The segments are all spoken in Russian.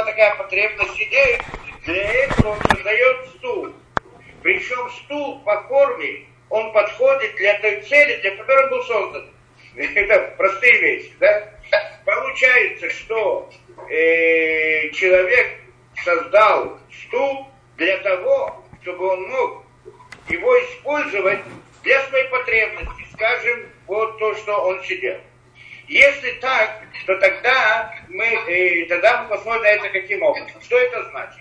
такая потребность сидеть, для этого он создает стул. Причем стул по форме, он подходит для той цели, для которой он был создан. Это простые вещи, да? Получается, что человек создал стул для того, чтобы он мог его использовать для своей потребности, скажем, вот то, что он сидел. Если так, то тогда мы посмотрим на это каким образом. Что это значит?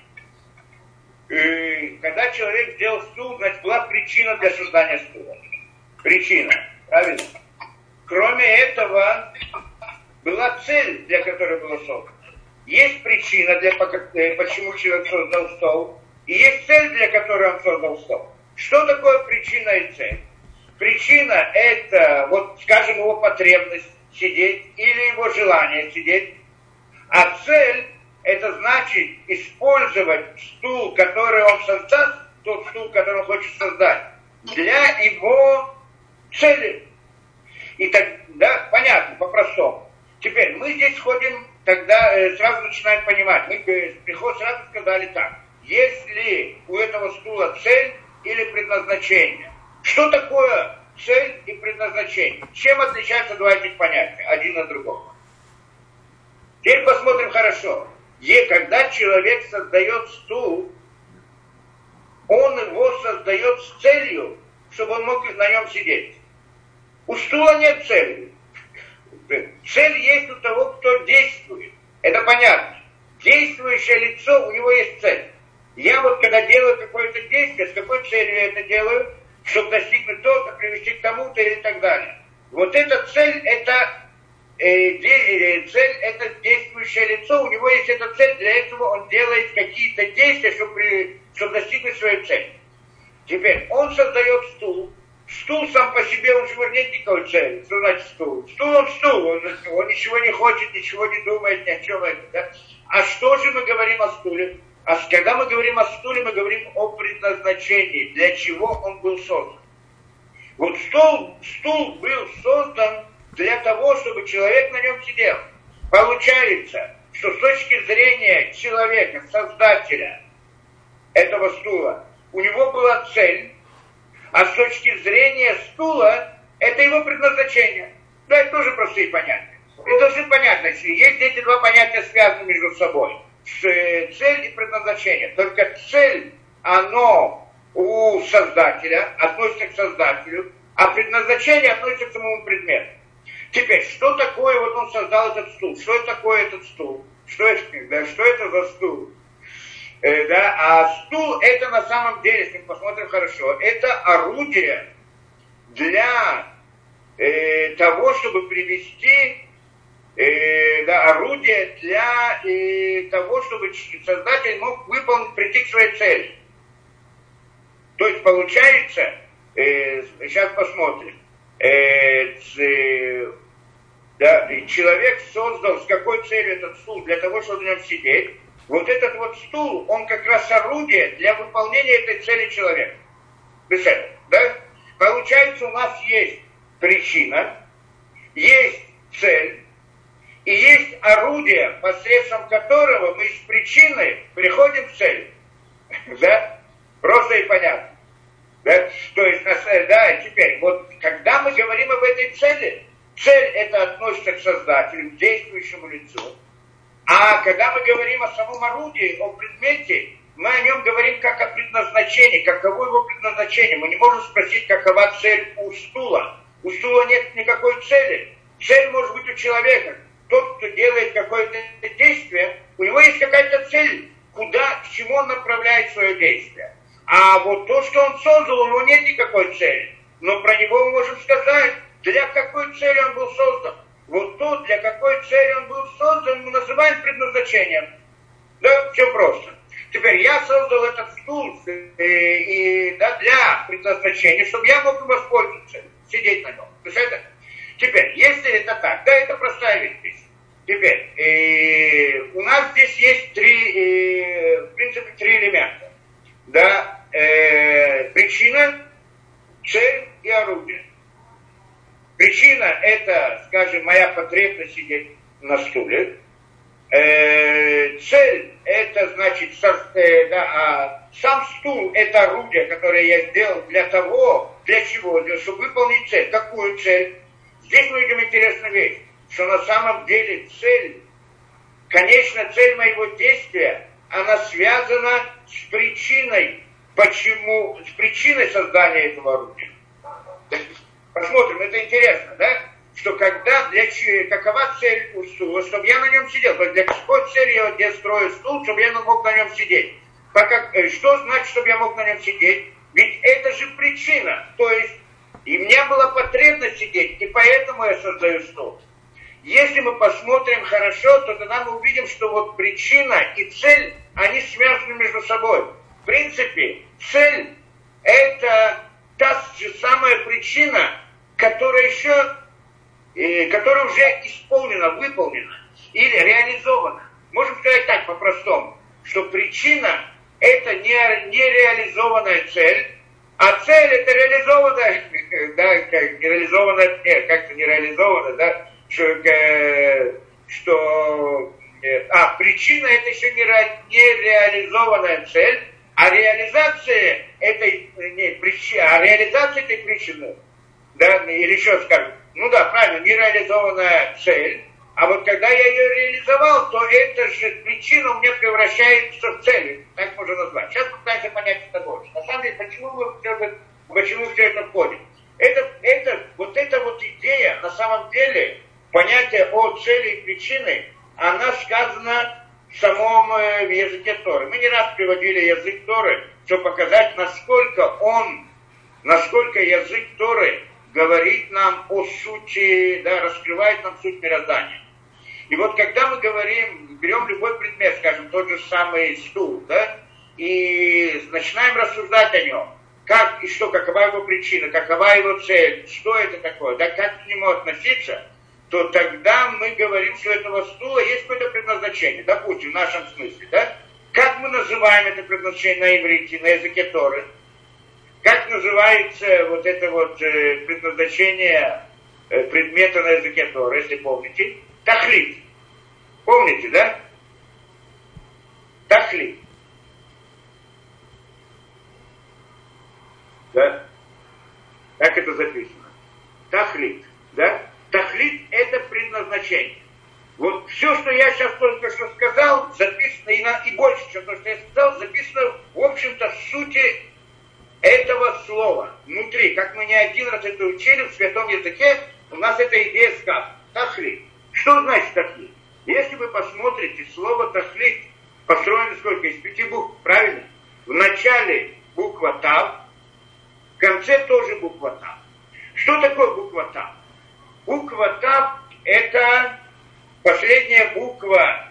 Когда человек сделал стул, значит, была причина для создания стула. Причина, правильно? Кроме этого, была цель, для которой было создано. Есть причина, почему человек создал стол, и есть цель, для которой он создал стол. Что такое причина и цель? Причина – это, вот, скажем, его потребность сидеть или его желание сидеть. А цель – это значит использовать стул, который он создаст, тот стул, который он хочет создать, для его цели. И тогда, понятно, по-простому. Теперь мы здесь ходим, тогда сразу начинаем понимать. Мы сразу сказали так. Если у этого стула цель или предназначение? Что такое цель и предназначение? Чем отличаются два этих понятия, один от другого? Теперь посмотрим хорошо. Когда человек создает стул, он его создает с целью, чтобы он мог на нем сидеть. У стула нет цели. Цель есть у того, кто действует. Это понятно. Действующее лицо, у него есть цель. Я вот когда делаю какое-то действие, с какой целью я это делаю, чтобы достигнуть то-то, привести к тому-то и так далее. Вот эта цель, цель это действующее лицо, у него есть эта цель, для этого он делает какие-то действия, чтобы достигнуть своей цели. Теперь он создает стул. Стул сам по себе, у него нет никакой цели. Что значит стул? Стул, он ничего не хочет, ничего не думает, ни о чем это. Да? А что же мы говорим о стуле? А когда мы говорим о стуле, мы говорим о предназначении, для чего он был создан. Вот стул был создан для того, чтобы человек на нем сидел. Получается, что с точки зрения человека, создателя этого стула, у него была цель, а с точки зрения стула, это его предназначение. Да, это тоже простые понятия. Это тоже понятно, что есть эти два понятия связаны между собой. Цель и предназначение. Только цель, оно у создателя, относится к создателю, а предназначение относится к самому предмету. Теперь, что такое, вот он создал этот стул, что такое этот стул? Что это за стул? А стул это на самом деле, если мы посмотрим хорошо, это орудие для того, чтобы привести, орудие для того, чтобы создатель мог прийти к своей цели. То есть получается, сейчас посмотрим, человек создал, с какой целью этот стул, для того, чтобы на нем сидеть. Вот этот вот стул, он как раз орудие для выполнения этой цели человека. Представляете, да? Получается, у нас есть причина, есть цель, и есть орудие, посредством которого мы с причиной приходим к цели. Да? Просто и понятно. Да? То есть, теперь, вот когда мы говорим об этой цели, цель это относится к создателю, к действующему лицу. А когда мы говорим о самом орудии, о предмете, мы о нем говорим как о предназначении, каково его предназначение. Мы не можем спросить, какова цель у стула. У стула нет никакой цели. Цель может быть у человека. Тот, кто делает какое-то действие, у него есть какая-то цель, к чему он направляет свое действие. А вот то, что он создал, у него нет никакой цели. Но про него мы можем сказать, для какой цели он был создан. Вот то, для какой цели он был создан, мы называем предназначением. Да, все просто. Теперь я создал этот стул для предназначения, чтобы я мог им воспользоваться, сидеть на нем. Представляете? Теперь, если это так, да, это простая вещь. Теперь, у нас здесь есть в принципе, три элемента. Да, причина, цель и орудие. Причина – это, скажем, моя потребность сидеть на стуле. Цель – это значит, сам стул это орудие, которое я сделал для чего? Чтобы выполнить цель. Какую цель? Здесь мы видим интересную вещь, что на самом деле конечная цель моего действия, она связана с причиной, с причиной создания этого орудия. Посмотрим, это интересно, да? Что какова цель у стула, чтобы я на нем сидел. Для какой цели я строю стул, чтобы я мог на нем сидеть? Что значит, чтобы я мог на нем сидеть? Ведь это же причина. То есть, и у меня была потребность сидеть, и поэтому я создаю стул. Если мы посмотрим хорошо, то тогда мы увидим, что вот причина и цель, они связаны между собой. В принципе, цель – это та же самая причина, которая уже исполнена, выполнена или реализована. Можем сказать так по-простому, что причина – это не реализованная цель, а цель – это реализованная, да, как-то не реализованная, да, причина – это еще не реализованная цель, а реализация этой причины, да, или еще скажем, правильно, нереализованная цель, а вот когда я ее реализовал, то эта же причина у меня превращается в цель, так можно назвать. Сейчас пытаемся понять это больше. На самом деле, почему все это входит? Вот идея, на самом деле, понятие о цели и причине, она сказана в самом языке Торы. Мы не раз приводили язык Торы, чтобы показать, насколько язык Торы говорит нам о сути, да, раскрывает нам суть мироздания. И вот когда мы берем любой предмет, скажем, тот же самый стул, да, и начинаем рассуждать о нем, как и что, какова его причина, какова его цель, что это такое, да, как к нему относиться, то тогда мы говорим, что у этого стула есть какое-то предназначение, допустим, в нашем смысле, да? Как мы называем это предназначение на иврите, на языке Торы? Как называется вот это вот предназначение предмета на языке Торы, если помните? Тахлит. Помните, да? Тахлит. Да? Как это записано? Тахлит. Да? Тахлит – это предназначение. Вот все, что я сейчас только что сказал, записано, и больше, чем то, что я сказал, записано, в общем-то, в сути этого слова. Внутри, как мы не один раз это учили в святом языке, у нас эта идея сказана. Тахлит. Что значит тахлит? Если вы посмотрите, слово тахлит построено сколько? Из 5 букв, правильно? В начале буква тав, в конце тоже буква тав. Что такое буква тав? Буква тав – это последняя буква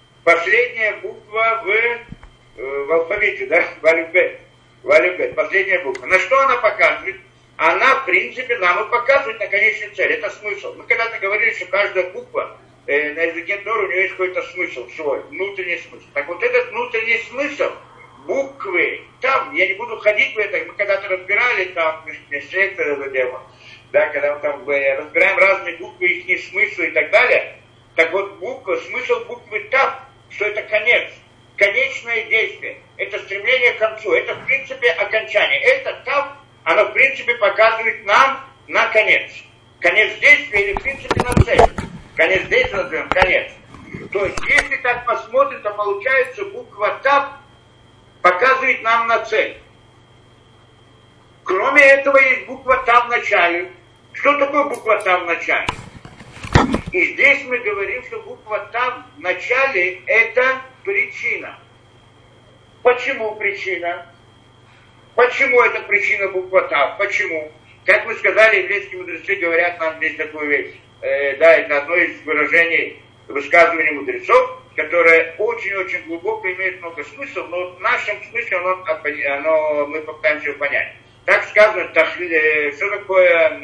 в алфавите, да, в алфавите, последняя буква. На что она показывает? Она, в принципе, нам и показывает на конечную цель. Это смысл. Мы когда-то говорили, что каждая буква на языке Торы, у нее есть какой-то смысл свой, внутренний смысл. Так вот этот внутренний смысл буквы, там, я не буду ходить в это, мы когда-то разбирали, там, сектор это дело, да, когда мы там разбираем разные буквы, их смыслы и так далее. Так вот, смысл буквы «тав», что это конец, конечное действие, это стремление к концу, это, в принципе, окончание. Это «тав», оно, в принципе, показывает нам на конец. Конец действия или, в принципе, на цель. Конец действия назовем конец. То есть, если так посмотрим, то получается, буква «тав» показывает нам на цель. Кроме этого, есть буква «тав» в начале. Что такое буква «тав» в начале? И здесь мы говорим, что буква «тав» в начале – это причина. Почему причина? Почему это причина буква «тав»? Почему? Как мы сказали, еврейские мудрецы говорят нам здесь такую вещь. Да, это одно из выражений, высказываний мудрецов, которое очень-очень глубоко имеет много смыслов, но в нашем смысле мы попытаемся его понять. Так сказано, что такое,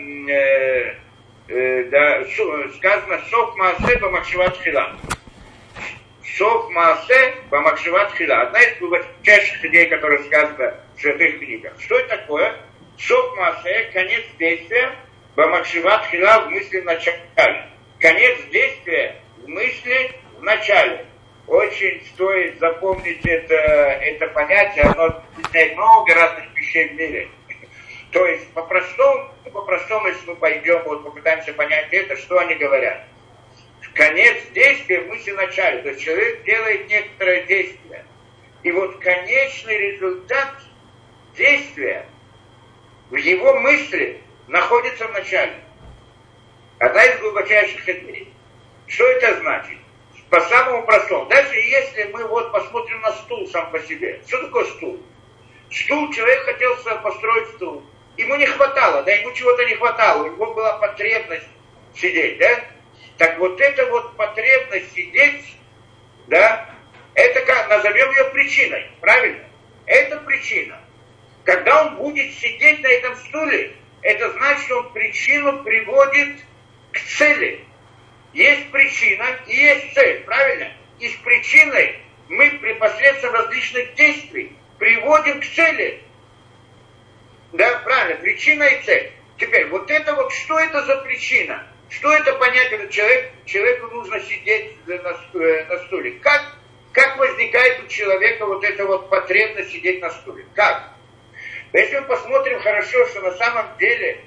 сказано «Сов маасе бамахшеват хила». «Сов маасе бамахшеват хила». Одна из глубочайших идей, которая сказана в святых книгах. Что это такое? «Сов маасе» – конец действия, бамахшеват хила в мысли в начале. Конец действия в мысли в начале. очень стоит запомнить это понятие, оно объясняет много разных вещей в мире. То есть по-простому, если мы пойдем, вот попытаемся понять это, что они говорят. Конец действия в мысли начале. То есть человек делает некоторое действие. И вот конечный результат действия в его мысли находится в начале. Одна из глубочайших идей. Что это значит? По самому простому. Даже если мы вот посмотрим на стул сам по себе. Что такое стул? Стул, человек хотел построить стул. Ему не хватало, да, ему чего-то не хватало. У него была потребность сидеть, да? Так вот эта вот потребность сидеть, да, это как, назовем ее причиной, правильно? Это причина. Когда он будет сидеть на этом стуле, это значит, что он причину приводит к цели. Есть причина и есть цель, правильно? И с причиной мы при посредством различных действий приводим к цели. Да, правильно, причина и цель. Теперь, вот это вот, что это за причина? Что это понять, этот человеку нужно сидеть на стуле? Как возникает у человека вот эта вот потребность сидеть на стуле? Как? Если мы посмотрим хорошо, что на самом деле,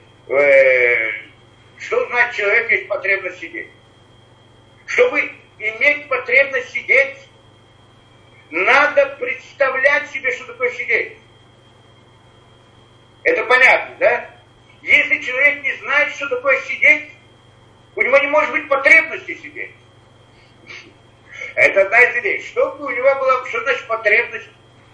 что значит человек есть потребность сидеть? Чтобы иметь потребность сидеть, надо представлять себе, что такое сидеть. Это понятно, да? Если человек не знает, что такое сидеть, у него не может быть потребности сидеть. Это одна из идей. Чтобы у него была, что значит потребность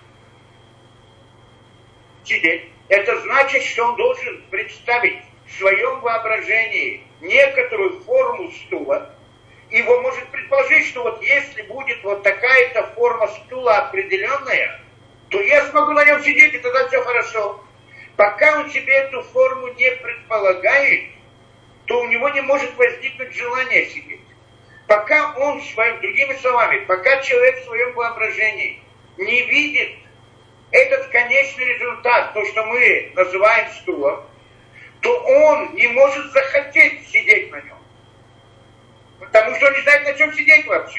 сидеть? Это значит, что он должен представить в своем воображении некоторую форму стула. Его может предположить, что вот если будет вот такая-то форма стула определенная, то я смогу на нем сидеть, и тогда все хорошо. Пока он себе эту форму не предполагает, то у него не может возникнуть желание сидеть. Пока он, другими словами, пока человек в своем воображении не видит этот конечный результат, то, что мы называем стулом, то он не может захотеть сидеть на нем. Потому что он не знает, на чем сидеть вообще.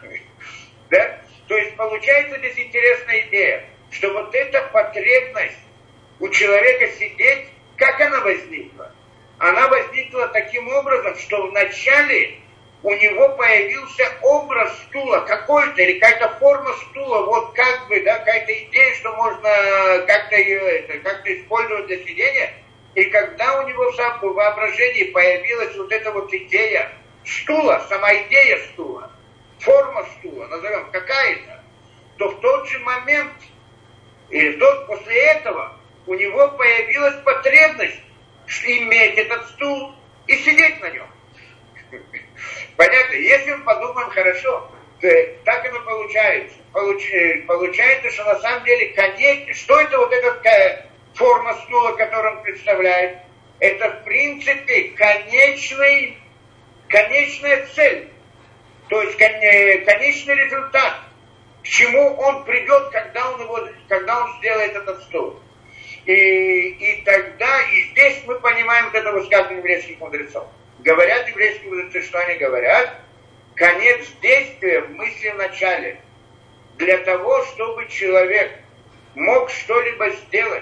Да? То есть получается здесь интересная идея, что вот эта потребность у человека сидеть, как она возникла? Она возникла таким образом, что вначале у него появился образ стула какой-то, или какая-то форма стула, вот как бы, да, какая-то идея, что можно как-то использовать для сидения. И когда у него в воображении появилась вот эта вот идея стула, сама идея стула, форма стула, назовем, какая-то, то в тот же момент, или после этого, у него появилась потребность иметь этот стул и сидеть на нем. Понятно? Если мы подумаем хорошо, то так оно получается. Получается, что на самом деле что это вот эта форма стула, которую он представляет? Это в принципе конечная цель. То есть конечный результат. К чему он придет, когда он сделает этот стул. И тогда, и здесь мы понимаем вот это высказывание еврейских мудрецов. Говорят еврейские мудрецы, что они говорят? Конец действия в мысли в начале. Для того, чтобы человек мог что-либо сделать,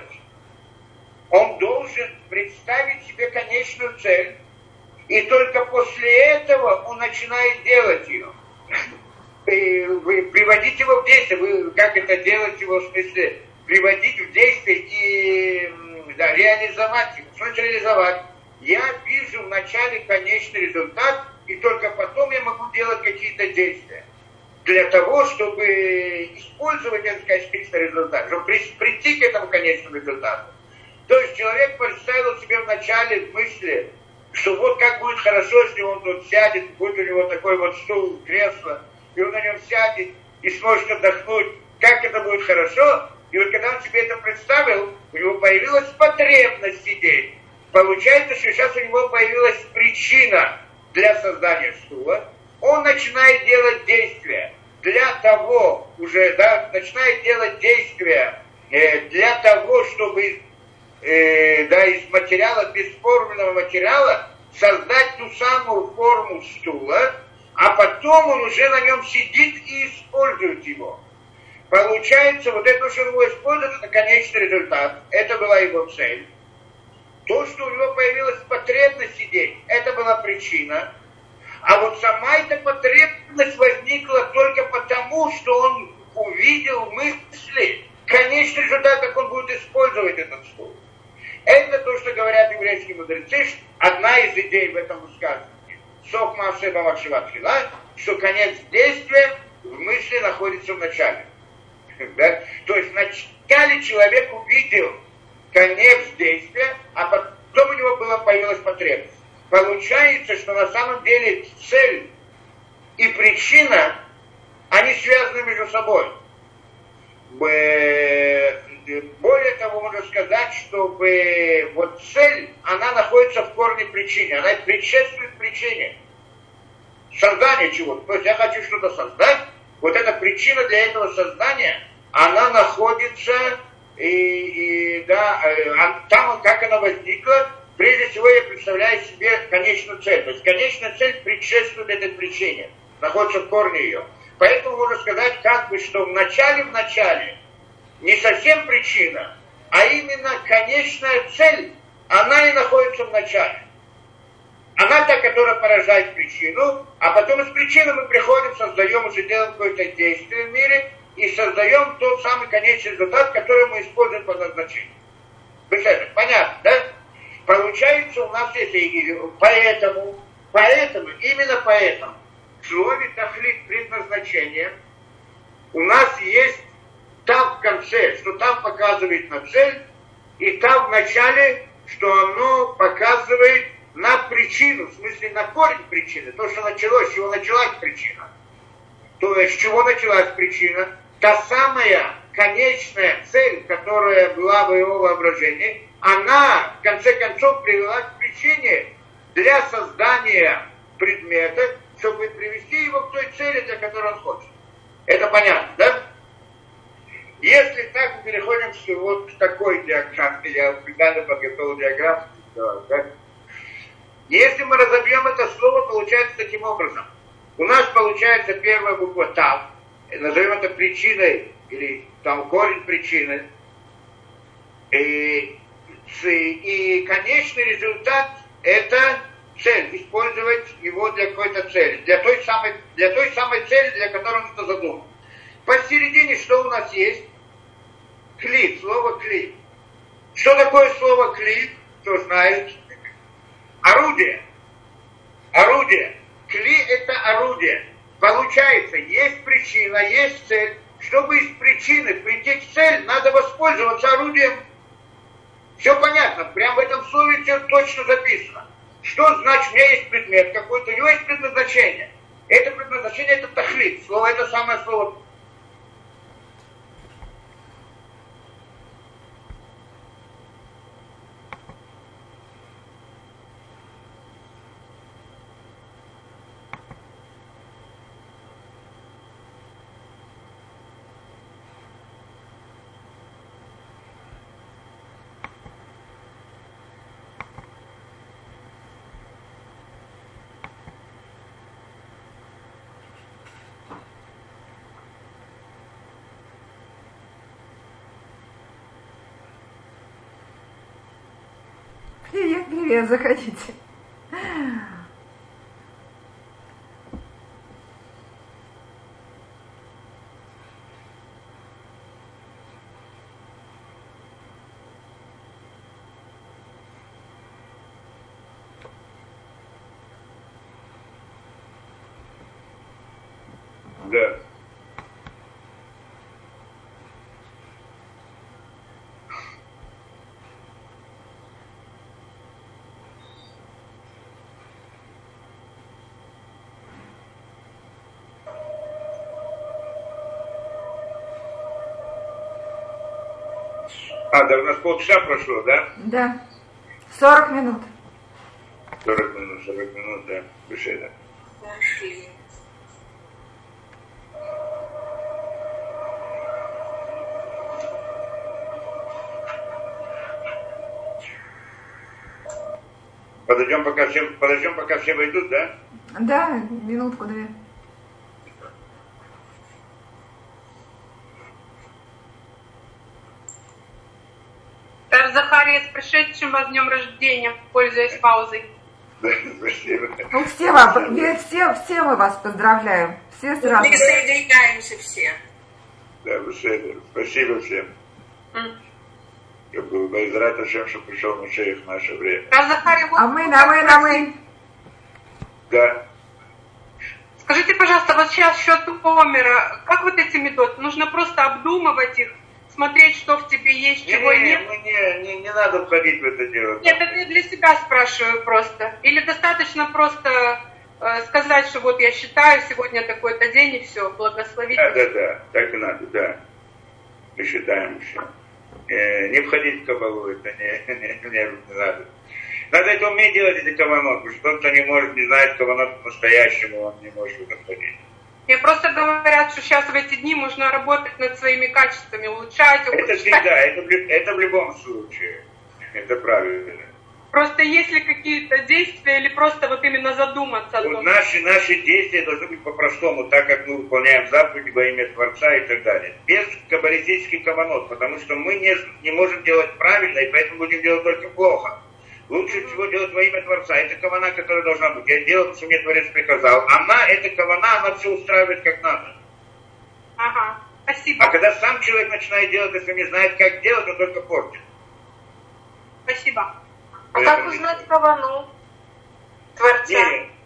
он должен представить себе конечную цель, и только после этого он начинает делать ее. Приводить его в действие. Как это делать его, в смысле, приводить в действие и реализовать его. Что значит реализовать? Я вижу вначале конечный результат, и только потом я могу делать какие-то действия. Для того, чтобы использовать этот конечный результат, чтобы прийти к этому конечному результату. То есть человек представил себе вначале в мысли, что вот как будет хорошо, если он тут сядет, будет у него такой вот стул, кресло, и он на нем сядет и сможет отдохнуть, как это будет хорошо. И вот когда он себе это представил, у него появилась потребность сидеть. Получается, что сейчас у него появилась причина для создания стула. Он начинает делать действия для того, начинает делать действия для того, чтобы из материала, бесформенного материала, создать ту самую форму стула. а потом он уже на нем сидит и использует его. Получается, вот это, что он его использует, это конечный результат. Это была его цель. То, что у него появилась потребность сидеть, это была причина. А вот сама эта потребность возникла только потому, что он увидел мысли, конечный результат, как он будет использовать этот стул. Это то, что говорят еврейские мудрецы, одна из идей в этом высказывании. Сок маасе бамахшава тхила, что конец действия в мысли находится в начале. Да? То есть вначале человек увидел конец действия, а потом у него появилась потребность. Получается, что на самом деле цель и причина, они связаны между собой. Более того, можно сказать, что вот цель, она находится в корне причины, она предшествует причине. Создание чего-то. То есть я хочу что-то создать, вот эта причина для этого создания, она находится, там, как она возникла, прежде всего я представляю себе конечную цель. То есть конечная цель предшествует этой причине, находится в корне ее. Поэтому можно сказать, как бы, что в начале, не совсем причина, а именно конечная цель, она и находится в начале. Она та, которая поражает причину, а потом из причины мы приходим, создаем, уже делаем какое-то действие в мире и создаем тот самый конечный результат, который мы используем по назначению. Понятно, да? Получается, у нас есть, именно поэтому, в слове тахлит предназначение, у нас есть там в конце, что там показывает на цель, и там в начале, что оно показывает на причину, в смысле на корень причины, то, что началось, с чего началась причина. То есть, с чего началась причина? Та самая конечная цель, которая была в его воображении, она, в конце концов, привела к причине для создания предмета, чтобы привести его к той цели, для которой он хочет. Это понятно, да? Если так, мы переходим вот к такой диаграмме, я специально подготовил диаграмму. Да? Если мы разобьем это слово, получается таким образом. У нас получается первая буква Тав, назовем это причиной, или там корень причины. И конечный результат – это цель, использовать его для какой-то цели, для той самой цели, для которой он это задумал. Посередине что у нас есть? Кли, слово кли. Что такое слово кли? Кто знает? Орудие. Кли – это орудие. Получается, есть причина, есть цель. Чтобы из причины прийти к цели, надо воспользоваться орудием. Все понятно, прямо в этом слове все точно записано. Что значит, у меня есть предмет какой-то, у него есть предназначение. Это предназначение – это тахлит. Слово – это самое слово. Привет, заходите. Да. Да, у нас полчаса прошло, да? Да. 40 минут. 40 минут, да. Беседа. Пошли. Подождем, пока все войдут, да? Да, минутку-две. Захария, с прошедшим вас днем рождения, пользуясь паузой. Спасибо. Ну, все мы вас поздравляем. Все сразу. Присоединяемся все. Да, спасибо всем. Был Байзрат Ашем, что пришел Машех в наше время. Амин. Да. Скажите, пожалуйста, вот сейчас счет Омера, как вот эти методы? Нужно просто обдумывать их, смотреть, что в тебе есть, чего нет? Не надо входить в это дело. Нет, это я для себя спрашиваю просто. Или достаточно просто сказать, что вот я считаю, сегодня такой-то день, и все, благословить. Да, так и надо, да. Мы считаем все. Не входить в кабалу, это не надо. Надо это уметь делать, эти каванот, потому что тот, кто не может, не знает каванот по-настоящему, он не может в это входить. Мне просто говорят, что сейчас в эти дни можно работать над своими качествами, улучшать. Это всегда, это в любом случае. Это правильно. Просто есть ли какие-то действия или просто вот именно задуматься о том? Вот наши действия должны быть по-простому, так как мы выполняем заповеди во имя Творца и так далее. Без каббалистических каванот, потому что мы не можем делать правильно, и поэтому будем делать только плохо. Лучше всего делать во имя Творца. Это кавана, которая должна быть. Я делаю, что мне Творец приказал. Эта кавана, она все устраивает как надо. Ага, спасибо. А когда сам человек начинает делать, если не знает, как делать, он только портит. Спасибо. А как узнать кавану Творца?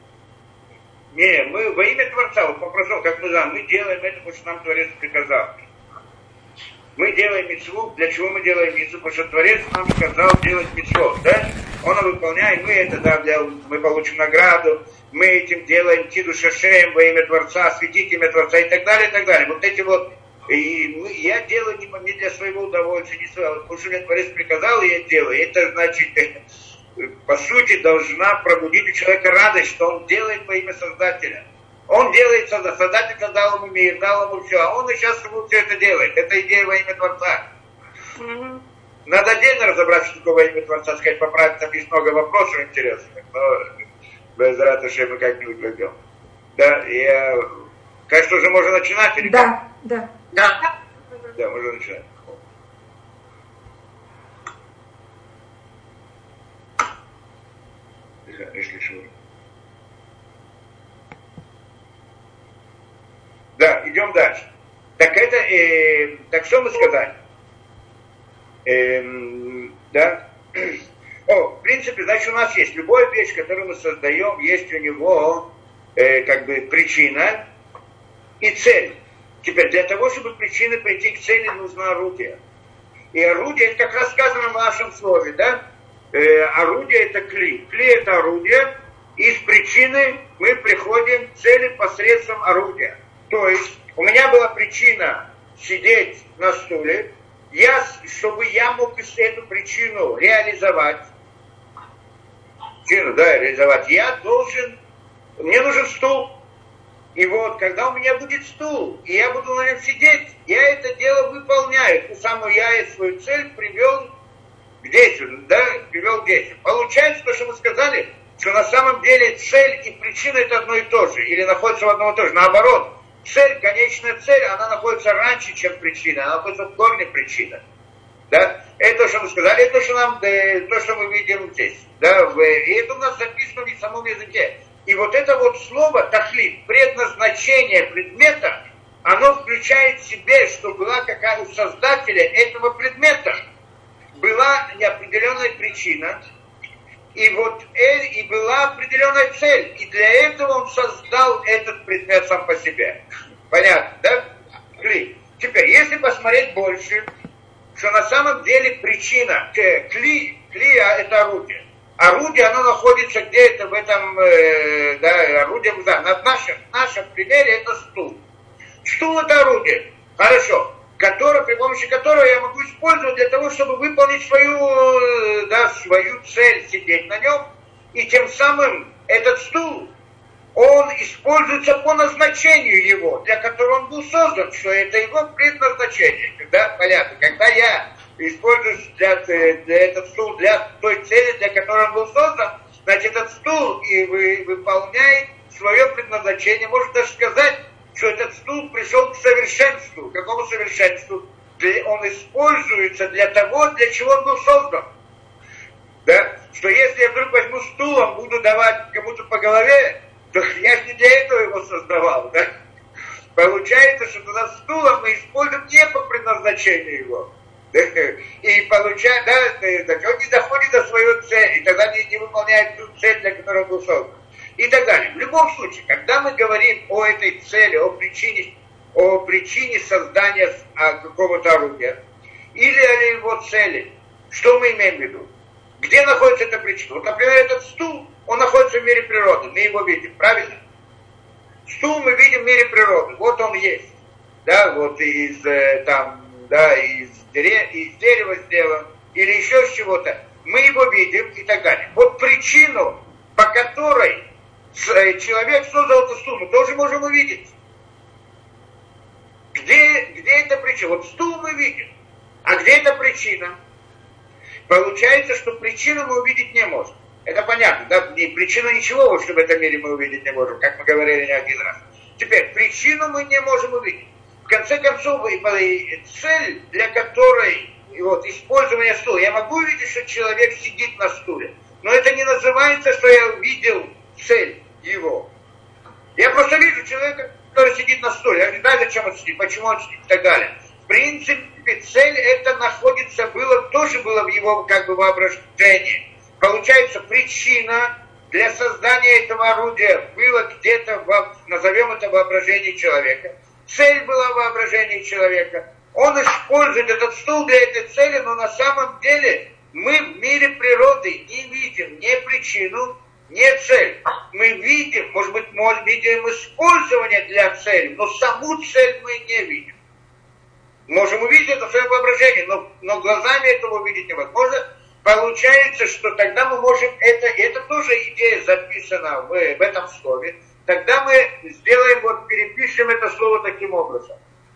Мы во имя Творца, вот попросил, как мы знаем, мы делаем это, потому что нам Творец приказал. Мы делаем мицву. Для чего мы делаем мицву? Потому что Творец нам сказал делать мицву, да? Он выполняет, мы это, да, мы получим награду, мы этим делаем кидуш Ашем во имя Творца, осветить имя Творца и так далее, и так далее. Вот эти вот, я делаю не для своего удовольствия, не своего, потому что мне Творец приказал, и я делаю. Это значит, по сути, должна пробудить у человека радость, что он делает во имя Создателя. Он делает, Создатель дал ему мир, дал ему все, а он и сейчас все это делает. Это идея во имя Творца. Mm-hmm. Надо отдельно разобраться, что такое во имя Творца, сказать, поправить, там есть много вопросов интересных, но без ратуши мы как-нибудь войдем. Да, кажется, уже можно начинать или да, как? Да. Да, можно начинать. Если что. Да, идем дальше. Так что мы сказали? Да. В принципе, значит, у нас есть любая вещь, которую мы создаем, есть у него причина и цель. Теперь, для того, чтобы причины прийти к цели, нужно орудие. И орудие, это как раз сказано в нашем слове, да? Орудие это кли. Кли это орудие, и с причины мы приходим к цели посредством орудия. То есть, у меня была причина сидеть на стуле, чтобы я мог эту причину реализовать, мне нужен стул. И вот, когда у меня будет стул, и я буду на нем сидеть, я это дело выполняю. Ту самую я и свою цель привел к действию, привел к действию. Получается то, что мы сказали, что на самом деле цель и причина это одно и то же, или находится в одном и том же. Наоборот, цель, конечная цель, она находится раньше, чем причина, она находится в корне причины. Да? Это то, что мы сказали, это то, что мы видим здесь. Да? И это у нас записано в самом языке. И вот это вот слово тахлит, предназначение предмета, оно включает в себе, что была какая у создателя этого предмета. Была неопределенная причина, и была определенная цель. И для этого он создал этот предмет сам по себе. Понятно, да? Кли. Теперь, если посмотреть больше, что на самом деле причина, кли это орудие. Орудие, оно находится где-то в этом, орудие, в нашем примере это стул. Стул это орудие, хорошо, при помощи которого я могу использовать для того, чтобы выполнить свою цель, сидеть на нем, и тем самым этот стул, он используется по назначению его, для которого он был создан, что это его предназначение. Понятно, когда я использую этот стул для той цели, для которой он был создан, значит, этот стул и выполняет свое предназначение, можно даже сказать, что этот стул пришел к совершенству. К какому совершенству? Он используется для того, для чего он был создан. Да? Что если я вдруг возьму стулом, буду давать кому-то по голове, то я же не для этого его создавал. Да? Получается, что тогда стулом мы используем не по предназначению его. И получает, да, он не доходит до своей цели, тогда не выполняет ту цель, для которой он был создан. И так далее. В любом случае, когда мы говорим о этой цели, о причине создания какого-то орудия, или о его цели, что мы имеем в виду? Где находится эта причина? Вот, например, этот стул, он находится в мире природы, мы его видим, правильно? Стул мы видим в мире природы, вот он есть, да, вот из дерева сделан, или еще с чего-то, мы его видим и так далее. Вот причину, по которой человек создал этот стул, мы тоже можем увидеть. Где эта причина? Вот стул мы видим, а где эта причина? Получается, что причину мы увидеть не можем. Это понятно, да? Причину ничего, что в этом мире мы увидеть не можем, как мы говорили не один раз. Теперь, причину мы не можем увидеть. В конце концов, цель, для которой использование стула, я могу увидеть, что человек сидит на стуле, но это не называется, что я увидел цель его. Я просто вижу человека, который сидит на стуле, я не знаю, зачем он сидит, почему он сидит и так далее. В принципе, цель это тоже было в его воображении. Получается, причина для создания этого орудия была где-то, назовем это воображение человека. Цель была в воображении человека. Он использует этот стул для этой цели, но на самом деле мы в мире природы не видим ни причину, ни цель. Мы видим, может быть, видим использование для цели, но саму цель мы не видим. Можем увидеть это в своем воображении, но глазами этого увидеть невозможно. Получается, что тогда мы можем, это тоже идея записана в этом слове, тогда мы сделаем, перепишем это слово таким образом.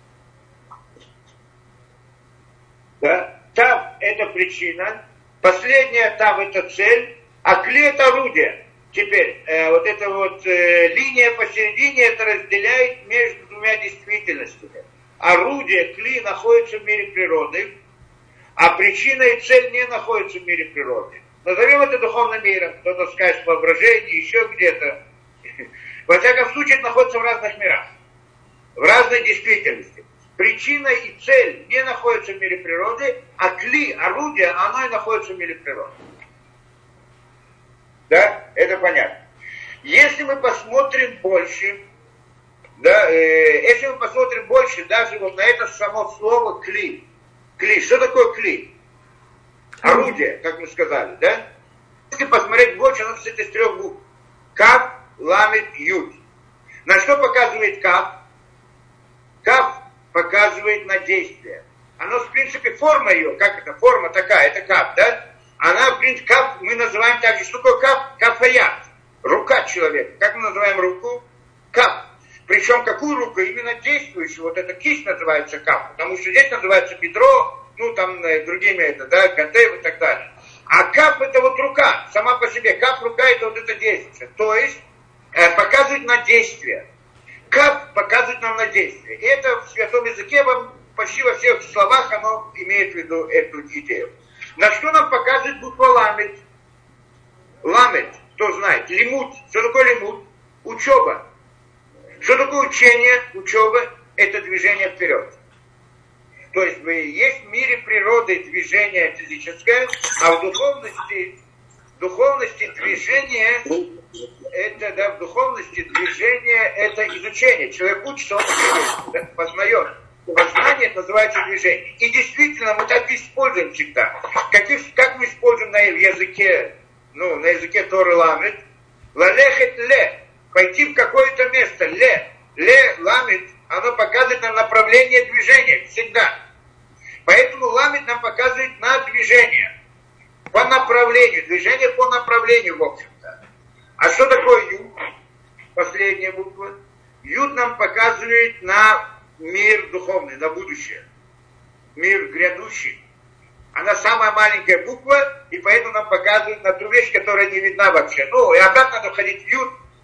Да? Тав – это причина, последняя тав – это цель, а кли – это орудие. Теперь, линия посередине это разделяет между двумя действительностями. Орудие, кли находится в мире природы, а причина и цель не находятся в мире природы. Назовем это духовным миром, кто-то скажет в воображении, еще где-то. Во всяком случае, это находится в разных мирах, в разной действительности. Причина и цель не находятся в мире природы, а кли, орудие, оно и находится в мире природы. Да, это понятно. Если мы посмотрим больше, даже на это само слово кли. Кли. Что такое кли? Орудие, как мы сказали, да? Если посмотреть больше, оно состоит из 3 букв. Кав, ламет, ют. На что показывает кав? Кав показывает на действие. Оно, в принципе, форма ее, как это? Форма такая, это кав, да? Она, в принципе, кав мы называем также, что такое кав? Кафаят. Рука человека. Как мы называем руку? Кав. Причем какую руку? Именно действующую. Вот эта кисть называется кав. Потому что здесь называется бедро, другими кантев и так далее. А кав это рука, сама по себе. Кав рука это это действие. То есть показывает на действие. Кав показывает нам на действие. И это в святом языке почти во всех словах оно имеет в виду эту идею. На что нам показывает буква ламет? Ламет, кто знает? Лимут. Что такое лимут? Учеба. Что такое учение? Учеба – это движение вперед. То есть есть в мире природы движение физическое, а в духовности движение в духовности движение это изучение. Человек учится, он двигается, познает. Познание называется движение. И действительно мы так используем всегда. Как мы используем на языке Торы ламет? Лалехет ле. Пойти в какое-то место. Ле ламет. Оно показывает нам направление движения. Всегда. Поэтому ламет нам показывает на движение. По направлению. Движение по направлению, в общем-то. А что такое ют? Последняя буква. Ют нам показывает на мир духовный, на будущее. Мир грядущий. Она самая маленькая буква, и поэтому нам показывает на ту вещь, которая не видна вообще. И обратно надо входить в ют,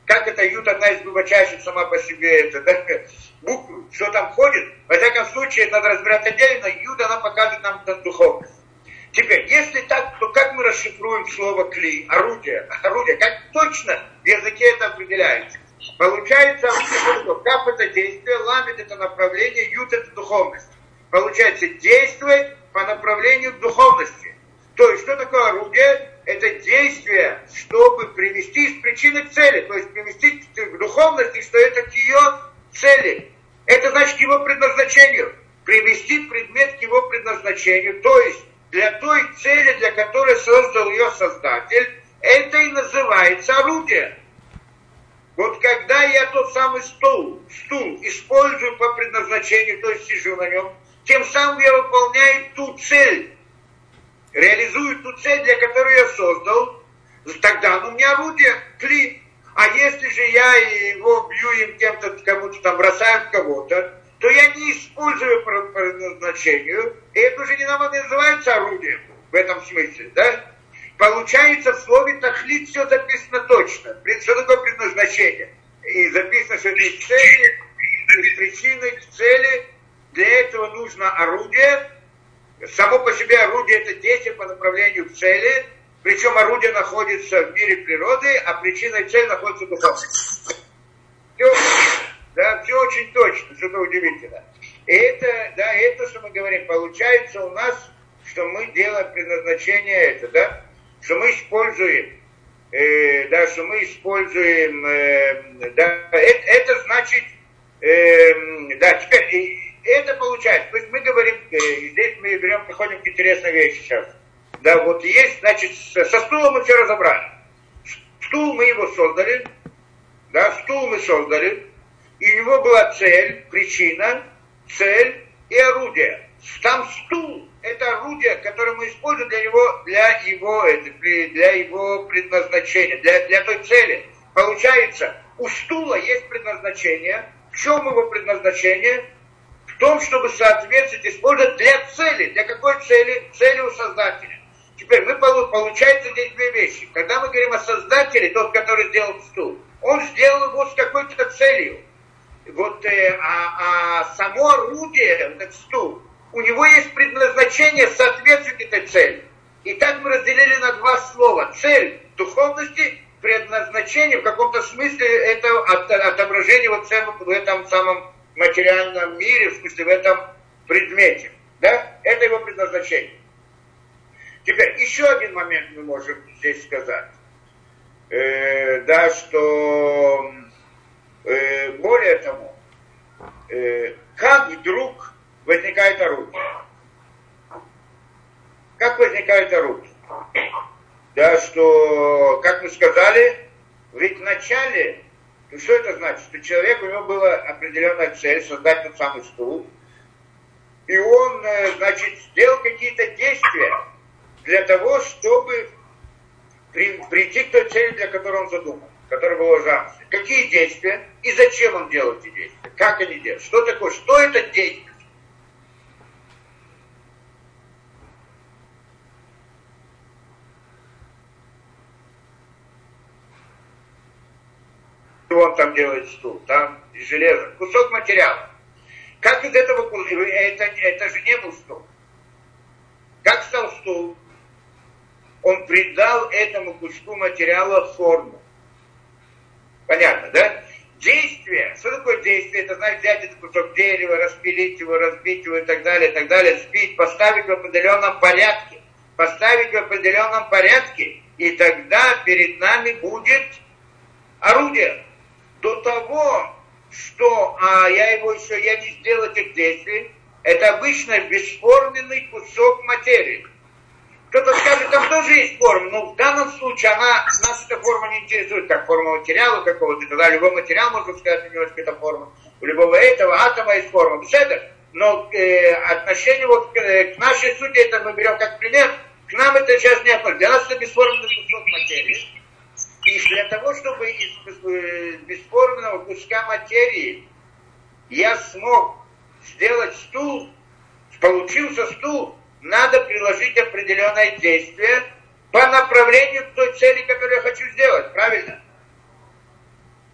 как это ют одна из глубочайших сама по себе, это, да, буквы, что там входит, во всяком случае, это надо разбирать отдельно, ют, она покажет нам духовность. Теперь, если так, то как мы расшифруем слово кли, орудие, как точно в языке это определяется? Получается, кап это действие, ламит это направление, ют это духовность. Получается, действовать по направлению к духовности. То есть, что такое орудие? Это действие, чтобы привести из причины к цели, то есть привести к духовности, что это к ее цели. Это значит к его предназначению. Привести предмет к его предназначению, то есть для той цели, для которой создал ее Создатель, это и называется орудие. Вот когда я тот самый стул использую по предназначению, то есть сижу на нем, тем самым я выполняю ту цель, реализую ту цель, для которой я создал, тогда оно у меня орудие, кли. А если же я его бью им кем-то, кому-то там бросаю в кого-то, то я не использую по предназначению, и это уже не называется орудием в этом смысле, да? Получается, в слове тахлит все записано точно. Что такое предназначение? И записано, что это цели, причины к цели. Для этого нужно орудие. Само по себе орудие это действие по направлению к цели. Причем орудие находится в мире природы, а причина и цель находится в духовности. Все очень точно, что-то удивительно. И это, что мы говорим, получается у нас, что мы делаем предназначение это, да? Что мы используем, это значит, теперь это получается. То есть мы говорим, здесь мы приходим к интересной вещи сейчас. Да, вот есть, значит, со стулом мы все разобрали. Стул мы его создали, и у него была цель, причина, цель и орудие. Там стул – это орудие, которое мы используем для его предназначения, для той цели. Получается, у стула есть предназначение. В чем его предназначение? В том, чтобы соответствовать, использовать для цели. Для какой цели? Цели у Создателя. Теперь получается здесь две вещи. Когда мы говорим о Создателе, тот, который сделал стул, он сделал его с какой-то целью. А само орудие, этот стул, у него есть предназначение соответствовать этой цели. И так мы разделили на два слова. Цель духовности, предназначение, в каком-то смысле это отображение в этом самом материальном мире, в смысле в этом предмете. Да? Это его предназначение. Теперь еще один момент мы можем здесь сказать. Что более того, как вдруг возникает орудие? Как возникает орудие? Что, как мы сказали, ведь вначале, что это значит? Что человек, у него была определенная цель создать тот самый стул, и он, сделал какие-то действия для того, чтобы прийти к той цели, для которой он задумал, которая была замысел. Какие действия и зачем он делал эти действия? Как они делают? Что такое? Что это действие? Он там делает стул, там из железа, кусок материала. Как из этого это же не был стул. Как стал стул? Он придал этому куску материала форму. Понятно, да? Действие. Что такое действие? Это значит взять этот кусок дерева, распилить его, разбить его и так далее, сбить, поставить в определенном порядке. И тогда перед нами будет орудие. До того, что я не сделал этих действий, это обычно бесформенный кусок материи. Кто-то скажет, там тоже есть форма, но в данном случае нас эта форма не интересует, как форма материала какого-то, тогда любой материал, можно сказать, у него есть какая-то форма. У любого этого атома есть форма. Но отношение к нашей сути, это мы берем как пример, к нам это сейчас не относится. Для нас это бесформенный кусок материи. И для того, чтобы из бесформенного куска материи я смог сделать стул, получился стул, надо приложить определенное действие по направлению к той цели, которую я хочу сделать. Правильно?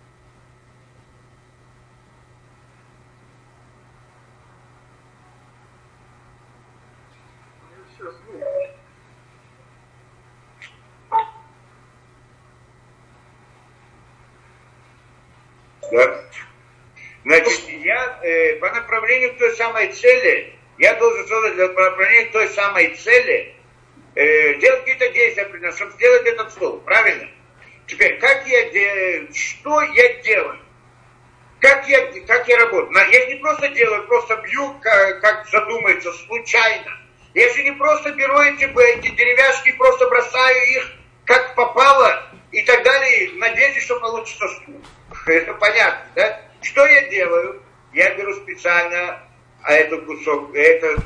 Да. Значит, я по направлению к той самой цели, я должен создать по направлению к той самой цели, делать какие-то действия, чтобы сделать этот стол, правильно? Теперь, как я делаю, что я делаю? Как я работаю? Я не просто делаю, просто бью, как задумается, случайно. Я же не просто беру эти деревяшки и просто бросаю их, как попало, и так далее, надеюсь, что получится стул. Это понятно, да? Что я делаю? Я беру специально этот кусок, эту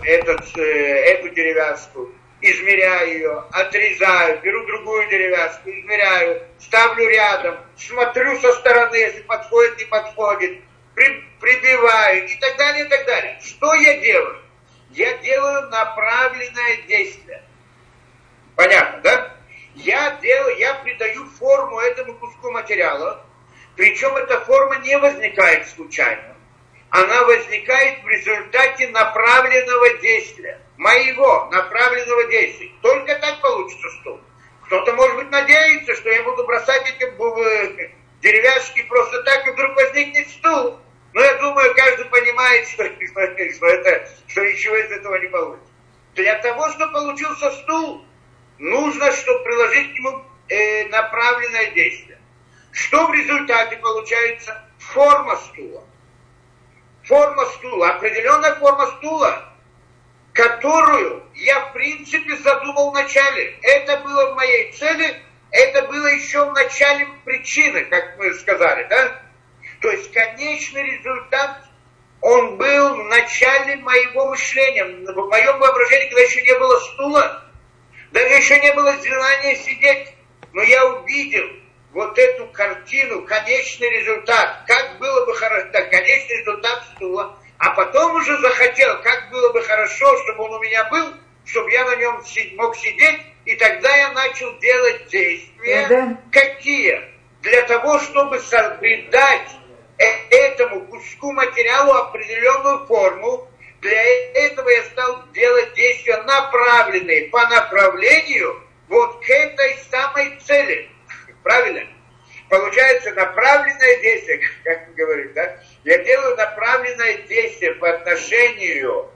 деревяшку, измеряю ее, отрезаю, беру другую деревяшку, измеряю, ставлю рядом, смотрю со стороны, если подходит, не подходит, прибиваю и так далее, и так далее. Что я делаю? Я делаю направленное действие. Понятно, да? Я придаю форму этому куску материала, причем эта форма не возникает случайно. Она возникает в результате направленного действия. Моего направленного действия. Только так получится стул. Кто-то, может быть, надеется, что я буду бросать эти деревяшки просто так, и вдруг возникнет стул. Но я думаю, каждый понимает, что ничего из этого не получится. Для того, чтобы получился стул, нужно, чтобы приложить к нему направленное действие. Что в результате получается? Форма стула. Форма стула, определенная форма стула, которую я, в принципе, задумал в начале. Это было в моей цели, это было еще в начале причины, как мы сказали, да? То есть конечный результат, он был в начале моего мышления, в моем воображении, когда еще не было стула, даже еще не было желания сидеть, но я увидел вот эту картину, конечный результат, как было бы хорошо, да, конечный результат стула, а потом уже захотел, как было бы хорошо, чтобы он у меня был, чтобы я на нем мог сидеть, и тогда я начал делать действия, какие? Для того, чтобы придать этому куску материалу определенную форму, для этого я стал делать действия направленные по направлению вот к этой самой цели. Правильно? Получается направленное действие, как мы говорим, да? Я делаю направленное действие по отношению,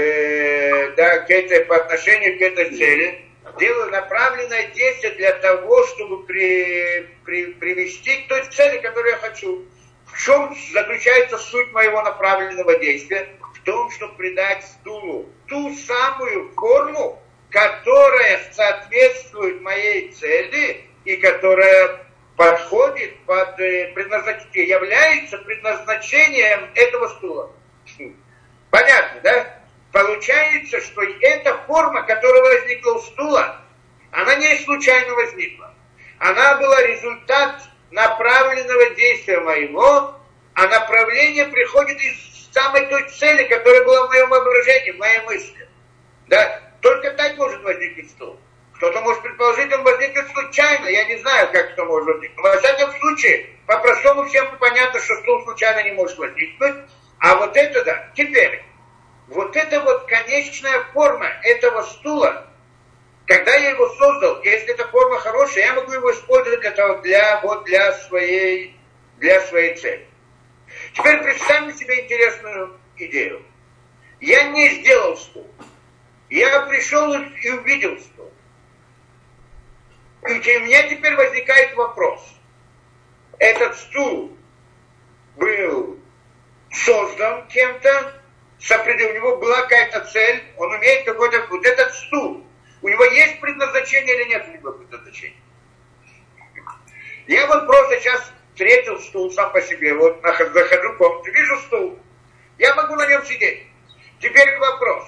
по отношению к этой цели. Делаю направленное действие для того, чтобы привести к той цели, которую я хочу. В чем заключается суть моего направленного действия? В том, чтобы придать стулу ту самую форму, которая соответствует моей цели и которая подходит под предназначение, является предназначением этого стула. Понятно, да? Получается, что эта форма, которая возникла у стула, она не случайно возникла. Она была результат направленного действия моего, а направление приходит из самой той цели, которая была в моем воображении, в моей мысли. Да? Только так может возникнуть стул. Кто-то может предположить, он возникнет случайно. Я не знаю, как это может возникнуть. Но во всяком случае, по-простому всем понятно, что стул случайно не может возникнуть. А вот это да. Теперь, вот эта вот конечная форма этого стула, когда я его создал, если эта форма хорошая, я могу его использовать для своей цели. Теперь представьте себе интересную идею. Я не сделал стул. Я пришел и увидел стул. И у меня теперь возникает вопрос. Этот стул был создан кем-то, у него была какая-то цель, он умеет какой-то... Вот этот стул, у него есть предназначение или нет у него предназначения? Я вот просто сейчас встретил стул сам по себе, вот захожу в комнату, вижу стул, я могу на нем сидеть. Теперь вопрос.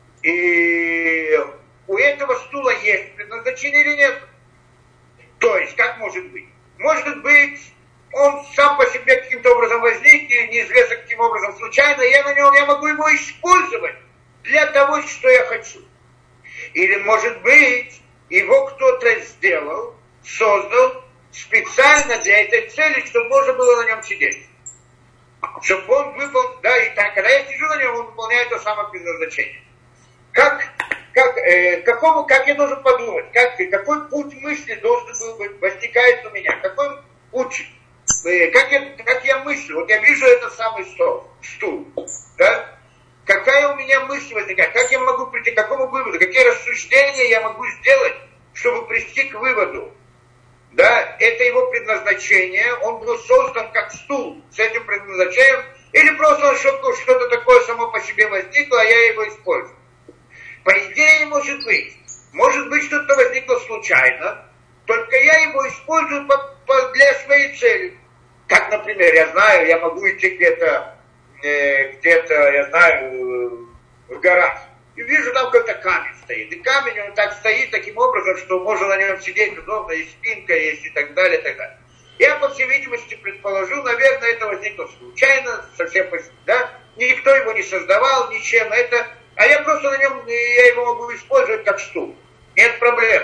И у этого стула есть предназначение или нет? То есть, как может быть? Может быть, он сам по себе каким-то образом возник, неизвестно каким образом случайно, и я могу его использовать для того, что я хочу. Или, может быть, его кто-то сделал, создал специально для этой цели, чтобы можно было на нем сидеть. Чтобы он выполнил, да, и так, когда я сижу на нем, он выполняет то самое предназначение. Как как я должен подумать, какой путь мысли должен был быть, возникает у меня, какой путь, как я мыслю, вот я вижу этот самый стул, да? Какая у меня мысль возникает, как я могу прийти к какому выводу, какие рассуждения я могу сделать, чтобы прийти к выводу. Да, это его предназначение, он был создан как стул с этим предназначением, или просто что-то такое само по себе возникло, а я его использую. По идее, может быть, что-то возникло случайно, только я его использую для своей цели. Как, например, я знаю, я могу идти где-то, я знаю, в горах, и вижу, там какой-то камень стоит. И камень, он так стоит таким образом, что можно на нем сидеть удобно, и спинка есть, и так далее, и так далее. Я, по всей видимости, предположу, наверное, это возникло случайно, совсем, да, никто его не создавал, ничем, а я просто на нем, я его могу использовать как стул. Нет проблем.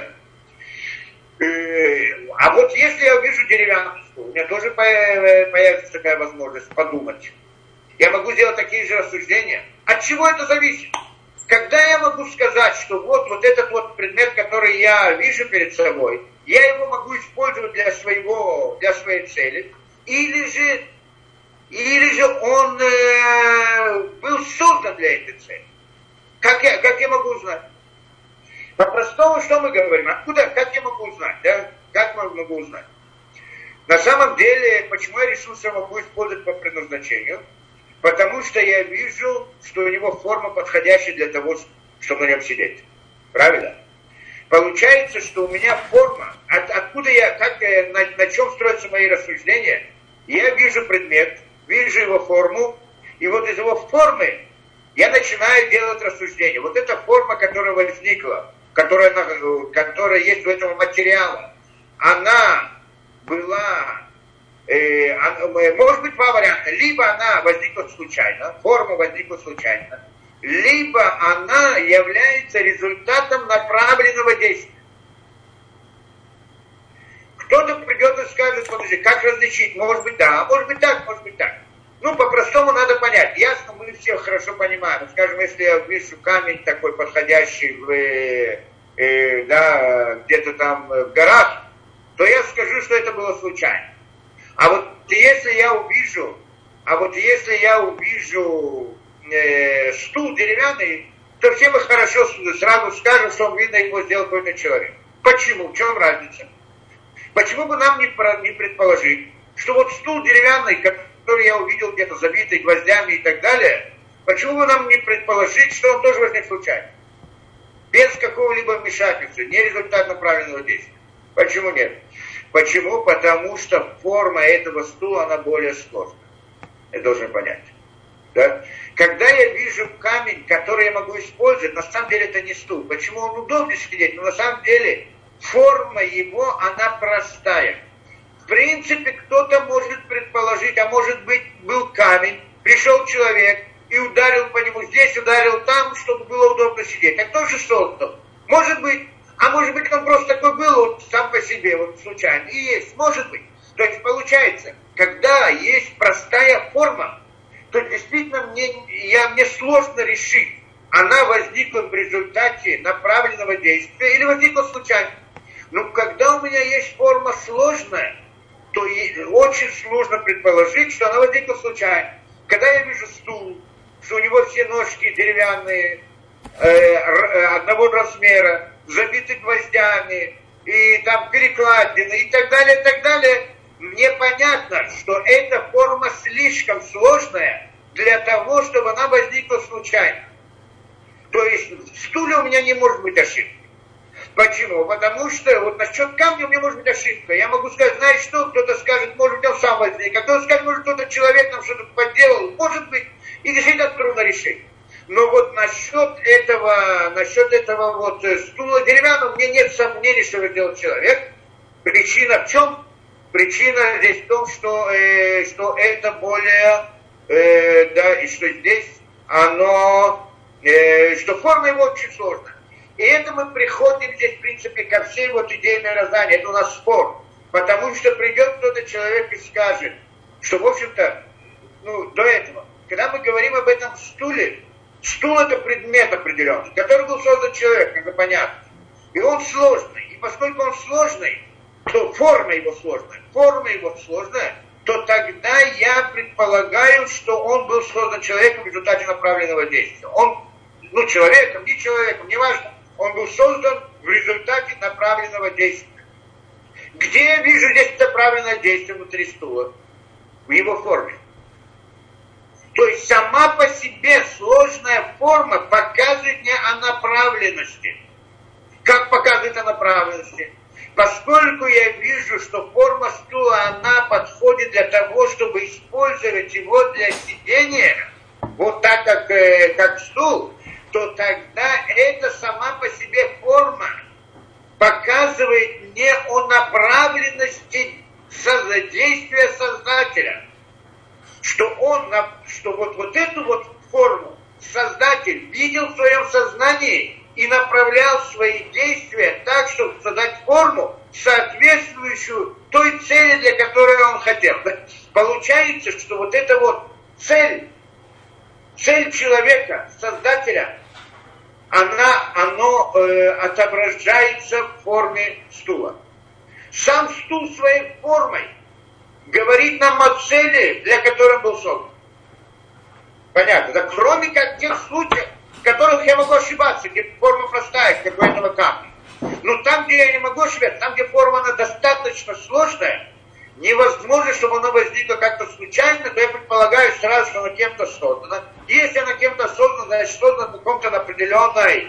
А вот если я увижу деревянный стул, у меня тоже появится такая возможность подумать. Я могу сделать такие же рассуждения. От чего это зависит? Когда я могу сказать, что вот этот вот предмет, который я вижу перед собой, я его могу использовать для своей цели, или же он был создан для этой цели. Как я могу узнать? По-простому, что мы говорим? Как я могу узнать? Да? Как я могу узнать? На самом деле, почему я решил, что я могу использовать по предназначению? Потому что я вижу, что у него форма подходящая для того, чтобы на нем сидеть. Правильно? Получается, что у меня форма, откуда на чем строятся мои рассуждения, я вижу предмет, вижу его форму, и вот из его формы я начинаю делать рассуждения. Вот эта форма, которая возникла, которая есть у этого материала, она была... может быть два варианта. Либо она возникла случайно, форма возникла случайно, либо она является результатом направленного действия. Кто-то придет и скажет, подожди, как различить? Может быть да, может быть так, может быть так. Ну, по-простому надо понять. Ясно, мы все хорошо понимаем. Скажем, если я вижу камень такой подходящий где-то там в горах, то я скажу, что это было случайно. А вот если я увижу стул деревянный, то все мы хорошо сразу скажем, что он, видно, его сделал какой-то человек. Почему? В чем разница? Почему бы нам не предположить, что вот стул деревянный, который я увидел где-то забитый гвоздями и так далее, почему бы нам не предположить, что он тоже возник случайно? Без какого-либо вмешательства, не результат направленного действия. Почему нет? Почему? Потому что форма этого стула, она более сложная. Я должен понять. Да? Когда я вижу камень, который я могу использовать, на самом деле это не стул. Почему он удобнее сидеть? Но на самом деле форма его, она простая. В принципе, кто-то может предположить, а может быть был камень, пришел человек и ударил по нему здесь, ударил там, чтобы было удобно сидеть. Так тоже создал. Может быть. А может быть, он просто такой был вот, сам по себе, вот случайно. И есть, может быть. То есть получается, когда есть простая форма, то действительно мне сложно решить, она возникла в результате направленного действия или возникла случайно. Но когда у меня есть форма сложная, то очень сложно предположить, что она возникла случайно. Когда я вижу стул, что у него все ножки деревянные, одного размера, забиты гвоздями, и там перекладины, и так далее, мне понятно, что эта форма слишком сложная для того, чтобы она возникла случайно. То есть в стуле у меня не может быть ошибки. Почему? Потому что вот насчет камня у меня может быть ошибка. Я могу сказать, знаешь что, кто-то скажет, может быть, он сам возник, а кто-то скажет, может, кто-то человек там что-то подделал, может быть, и действительно трудно решить. Но вот насчет этого вот стула деревянного, мне нет сомнений, что это делал человек. Причина в чем? Причина здесь в том, что это более, и что здесь что форма его очень сложная. И это мы приходим здесь, в принципе, ко всей вот идее мироздания. Это у нас спор. Потому что придет кто-то человек и скажет, что, в общем-то, до этого, когда мы говорим об этом стуле, Стул это предмет определенный, который был создан человеком, это понятно. И он сложный. И поскольку он сложный, то форма его сложная, то тогда я предполагаю, что он был создан человеком в результате направленного действия. Он, человеком, не человеком, неважно, он был создан в результате направленного действия. Где я вижу здесь направленное действие внутри стула? В его форме. То есть сама по себе сложная форма показывает мне о направленности. Как показывает о направленности? Поскольку я вижу, что форма стула, она подходит для того, чтобы использовать его для сидения, вот так как стул, то тогда эта сама по себе форма показывает мне о направленности действия Создателя. Что вот эту вот форму Создатель видел в своем сознании и направлял свои действия так, чтобы создать форму, соответствующую той цели, для которой он хотел. Получается, что вот эта вот цель человека, Создателя, оно отображается в форме стула. Сам стул своей формой говорит нам о цели, для которой он был создан. Понятно? Да, кроме как тех случаев, в которых я могу ошибаться, где форма простая, как у этого камня. Но там, где я не могу ошибаться, там, где форма она достаточно сложная, невозможно, чтобы она возникла как-то случайно, то я предполагаю сразу, что она кем-то создана. Если она кем-то создана, значит, создана в каком-то определенной,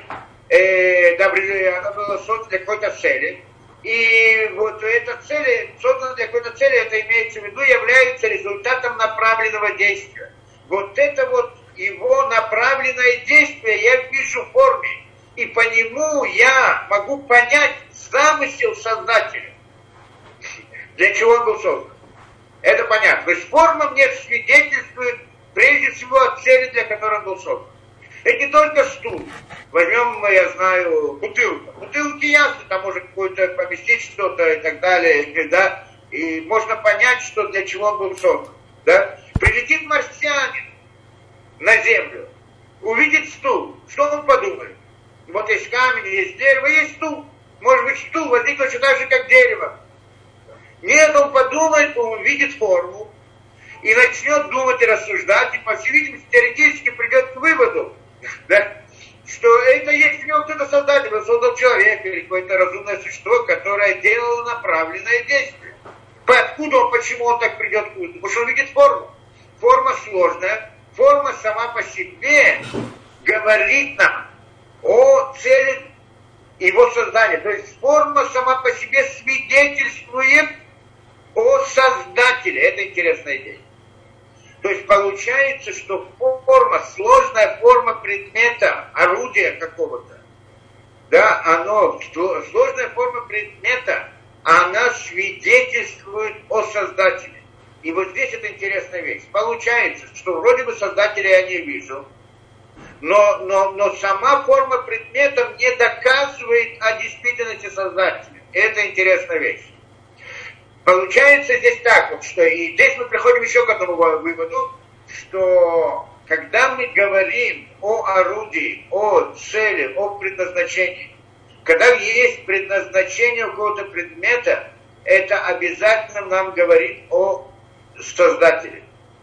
она была создана для какой-то цели. И вот эта цель, создана для какой-то цели, это имеется в виду, является результатом направленного действия. Вот это вот его направленное действие я вижу в форме. И по нему я могу понять замысел Создателя. Для чего он был создан. Это понятно. То есть форма мне свидетельствует прежде всего о цели, для которой он был создан. Это не только стул. Возьмем, я знаю, бутылку. Бутылки ясно, там можно какое-то поместить что-то и так далее, да, и можно понять, что для чего он был создан, да. Прилетит марсианин на Землю, увидит стул, что он подумает? Вот есть камень, есть дерево, есть стул. Может быть, стул возник точно так же, как дерево. Нет, он подумает, он увидит форму и начнет думать и рассуждать, и, по всей видимости, теоретически придет к выводу, да, что это есть у него кто-то создатель, он создал человека или какое-то разумное существо, которое делало направленное действие. Откуда он, почему он так придет к выводу? Потому что он видит форму. Форма сложная, форма сама по себе говорит нам о цели его создания. То есть форма сама по себе свидетельствует о Создателе. Это интересная идея. То есть получается, что форма, сложная форма предмета, орудия какого-то, да, сложная форма предмета, она свидетельствует о Создателе. И вот здесь это интересная вещь. Получается, что вроде бы Создателя я не вижу, но сама форма предмета мне доказывает о действительности Создателя. Это интересная вещь. Получается здесь так вот, что и здесь мы приходим еще к одному выводу, что когда мы говорим о орудии, о цели, о предназначении, когда есть предназначение у какого-то предмета, это обязательно нам говорит о Создателе.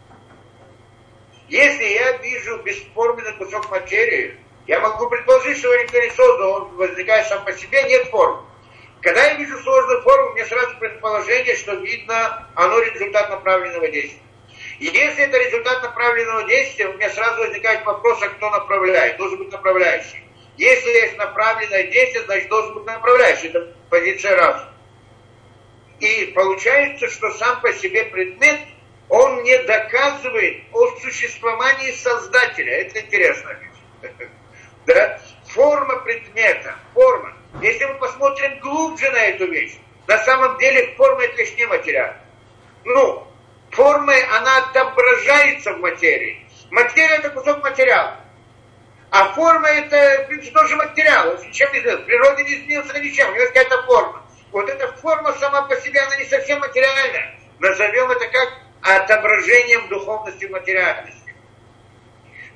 Если я вижу бесформенный кусок материи, я могу предположить, что его никто не создал, он возникает сам по себе, нет формы. Когда я вижу сложную форму, мне сразу предположение, что видно, оно результат направленного действия. И если это результат направленного действия, у меня сразу возникает вопрос, а кто направляет? Должен быть направляющий. Если есть направленное действие, значит должен быть направляющий. Это позиция разума. И получается, что сам по себе предмет, он мне доказывает о существовании Создателя. Это интересно. Да? Форма предмета, форма. Если мы посмотрим глубже на эту вещь, на самом деле форма это лишь не материал. Форма, она отображается в материи. Материя это кусок материала. А форма это, в принципе, тоже материал. Ничем не изменился. В природе не изменился ничем. У него есть какая-то форма. Вот эта форма сама по себе, она не совсем материальная. Назовем это как отображением духовности в материальности.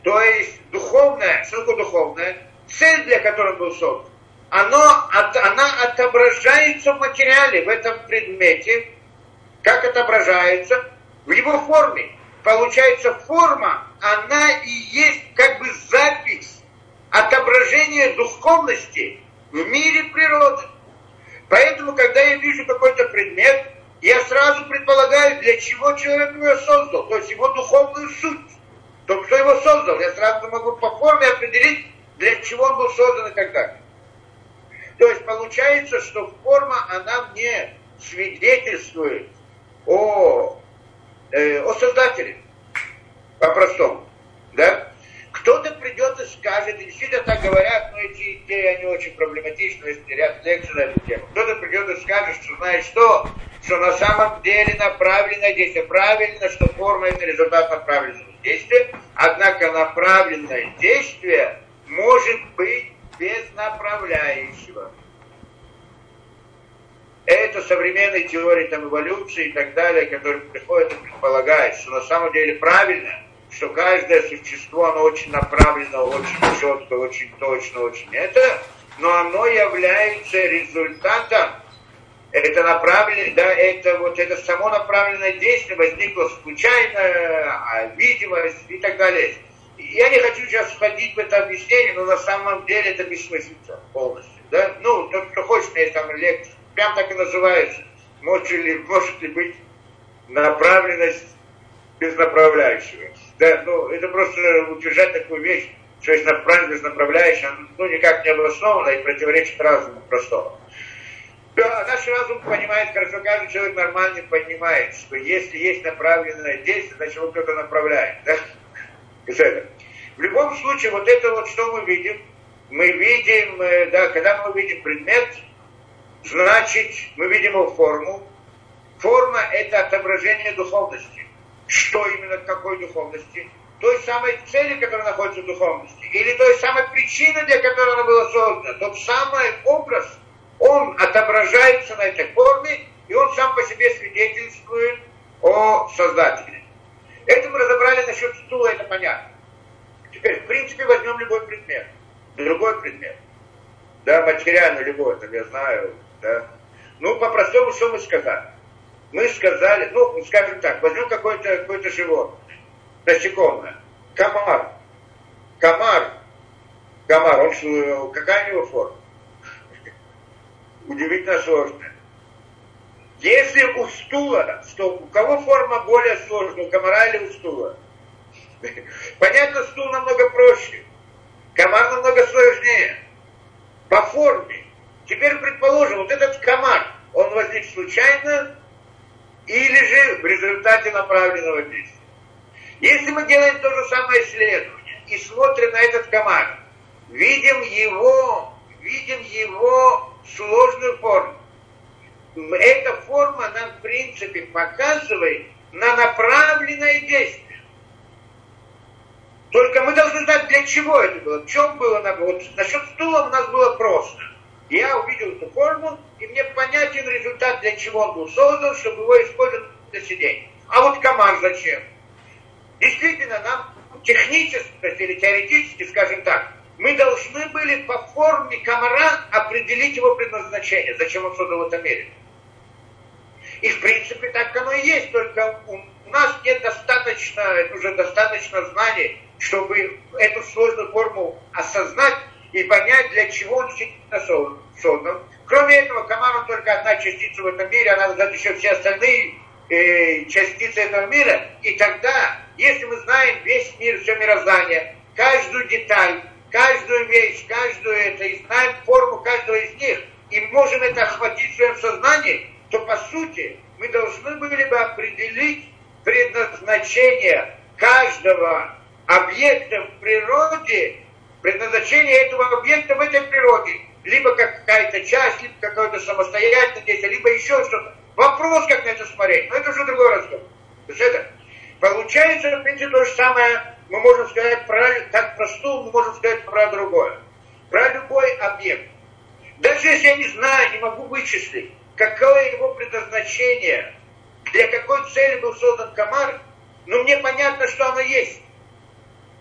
То есть духовное, что такое духовное? Цель, для которой он был создан, она отображается в материале, в этом предмете. Как отображается? В его форме. Получается, форма, она и есть как бы запись, отображение духовности в мире природы. Поэтому, когда я вижу какой-то предмет, я сразу предполагаю, для чего человек его создал, то есть его духовную суть. То, кто его создал, я сразу могу по форме определить, для чего он был создан и так далее. То есть получается, что форма, она мне свидетельствует о Создателе, по-простому. Да? Кто-то придет и скажет, и действительно так говорят, но эти идеи, они очень проблематичны, есть ряд лекций на эту тему. Кто-то придет и скажет, что знает что на самом деле направленное действие правильно, что форма это результат направленного действия, однако направленное действие может быть без направляющего. Это современные теории там, эволюции и так далее, которые приходят и предполагают, что на самом деле правильно, что каждое существо, оно очень направлено, очень четко, очень точно, очень это, но оно является результатом, это направленное, да, это само направленное действие возникло случайно, видимость и так далее. Я не хочу сейчас входить в это объяснение, но на самом деле это бессмыслица полностью. Да? Ну, тот, кто хочет, есть там лекция, прям так и называется. Может ли быть направленность без направляющего? Да, ну, это просто утверждать такую вещь, что есть направленность без направляющего, ну, никак не обосновано и противоречит разуму простого. Да, наш разум понимает, хорошо, каждый человек нормально понимает, что если есть направленное действие, значит его кто-то направляет. Да? В любом случае, вот это вот, что мы видим, да, когда мы видим предмет, значит, мы видим его форму. Форма – это отображение духовности. Что именно, какой духовности? Той самой цели, которая находится в духовности. Или той самой причины, для которой она была создана. Тот самый образ, он отображается на этой форме, и он сам по себе свидетельствует о Создателе. Это мы разобрали насчет стула, это понятно. Теперь, в принципе, возьмем любой предмет. Другой предмет. Да, материально любой, там я знаю. Да. Ну, по-простому, что мы сказали? Мы сказали, ну, скажем так, возьмем какое-то животное. Насекомое. Комар. Комар, он, какая у него форма? Удивительно сложная. Если у стула, что у кого форма более сложная, у комара или у стула? Понятно, стул намного проще. Комар намного сложнее. По форме. Теперь предположим, вот этот комар, он возник случайно или же в результате направленного действия. Если мы делаем то же самое исследование и смотрим на этот комар, видим его сложную форму. Эта форма нам, в принципе, показывает на направленное действие. Только мы должны знать, для чего это было, в чем было. Вот насчет стула у нас было просто. Я увидел эту форму, и мне понятен результат, для чего он был создан, чтобы его использовать для сидения. А вот комар зачем? Действительно, нам технически или теоретически, скажем так, мы должны были по форме комара определить его предназначение, зачем он создан в этом мире. И в принципе так оно и есть, только у нас нет достаточно знаний, чтобы эту сложную форму осознать и понять, для чего он действительно создан. Кроме этого, комар он только одна частица в этом мире, а надо знать еще все остальные частицы этого мира. И тогда, если мы знаем весь мир, все мироздание, каждую деталь, каждую вещь, и знаем форму каждого из них, и можем это охватить в своем сознании, то по сути мы должны были бы определить предназначение каждого объекта в природе, предназначение этого объекта в этой природе. Либо какая-то часть, либо какое-то самостоятельное действие, либо еще что-то. Вопрос, как на это смотреть, но это уже другой разговор. То есть это получается, в принципе, то же самое, мы можем сказать как про стул, мы можем сказать про другое. Про любой объект. Даже если я не знаю, не могу вычислить, какое его предназначение, для какой цели был создан комар, но мне понятно, что оно есть.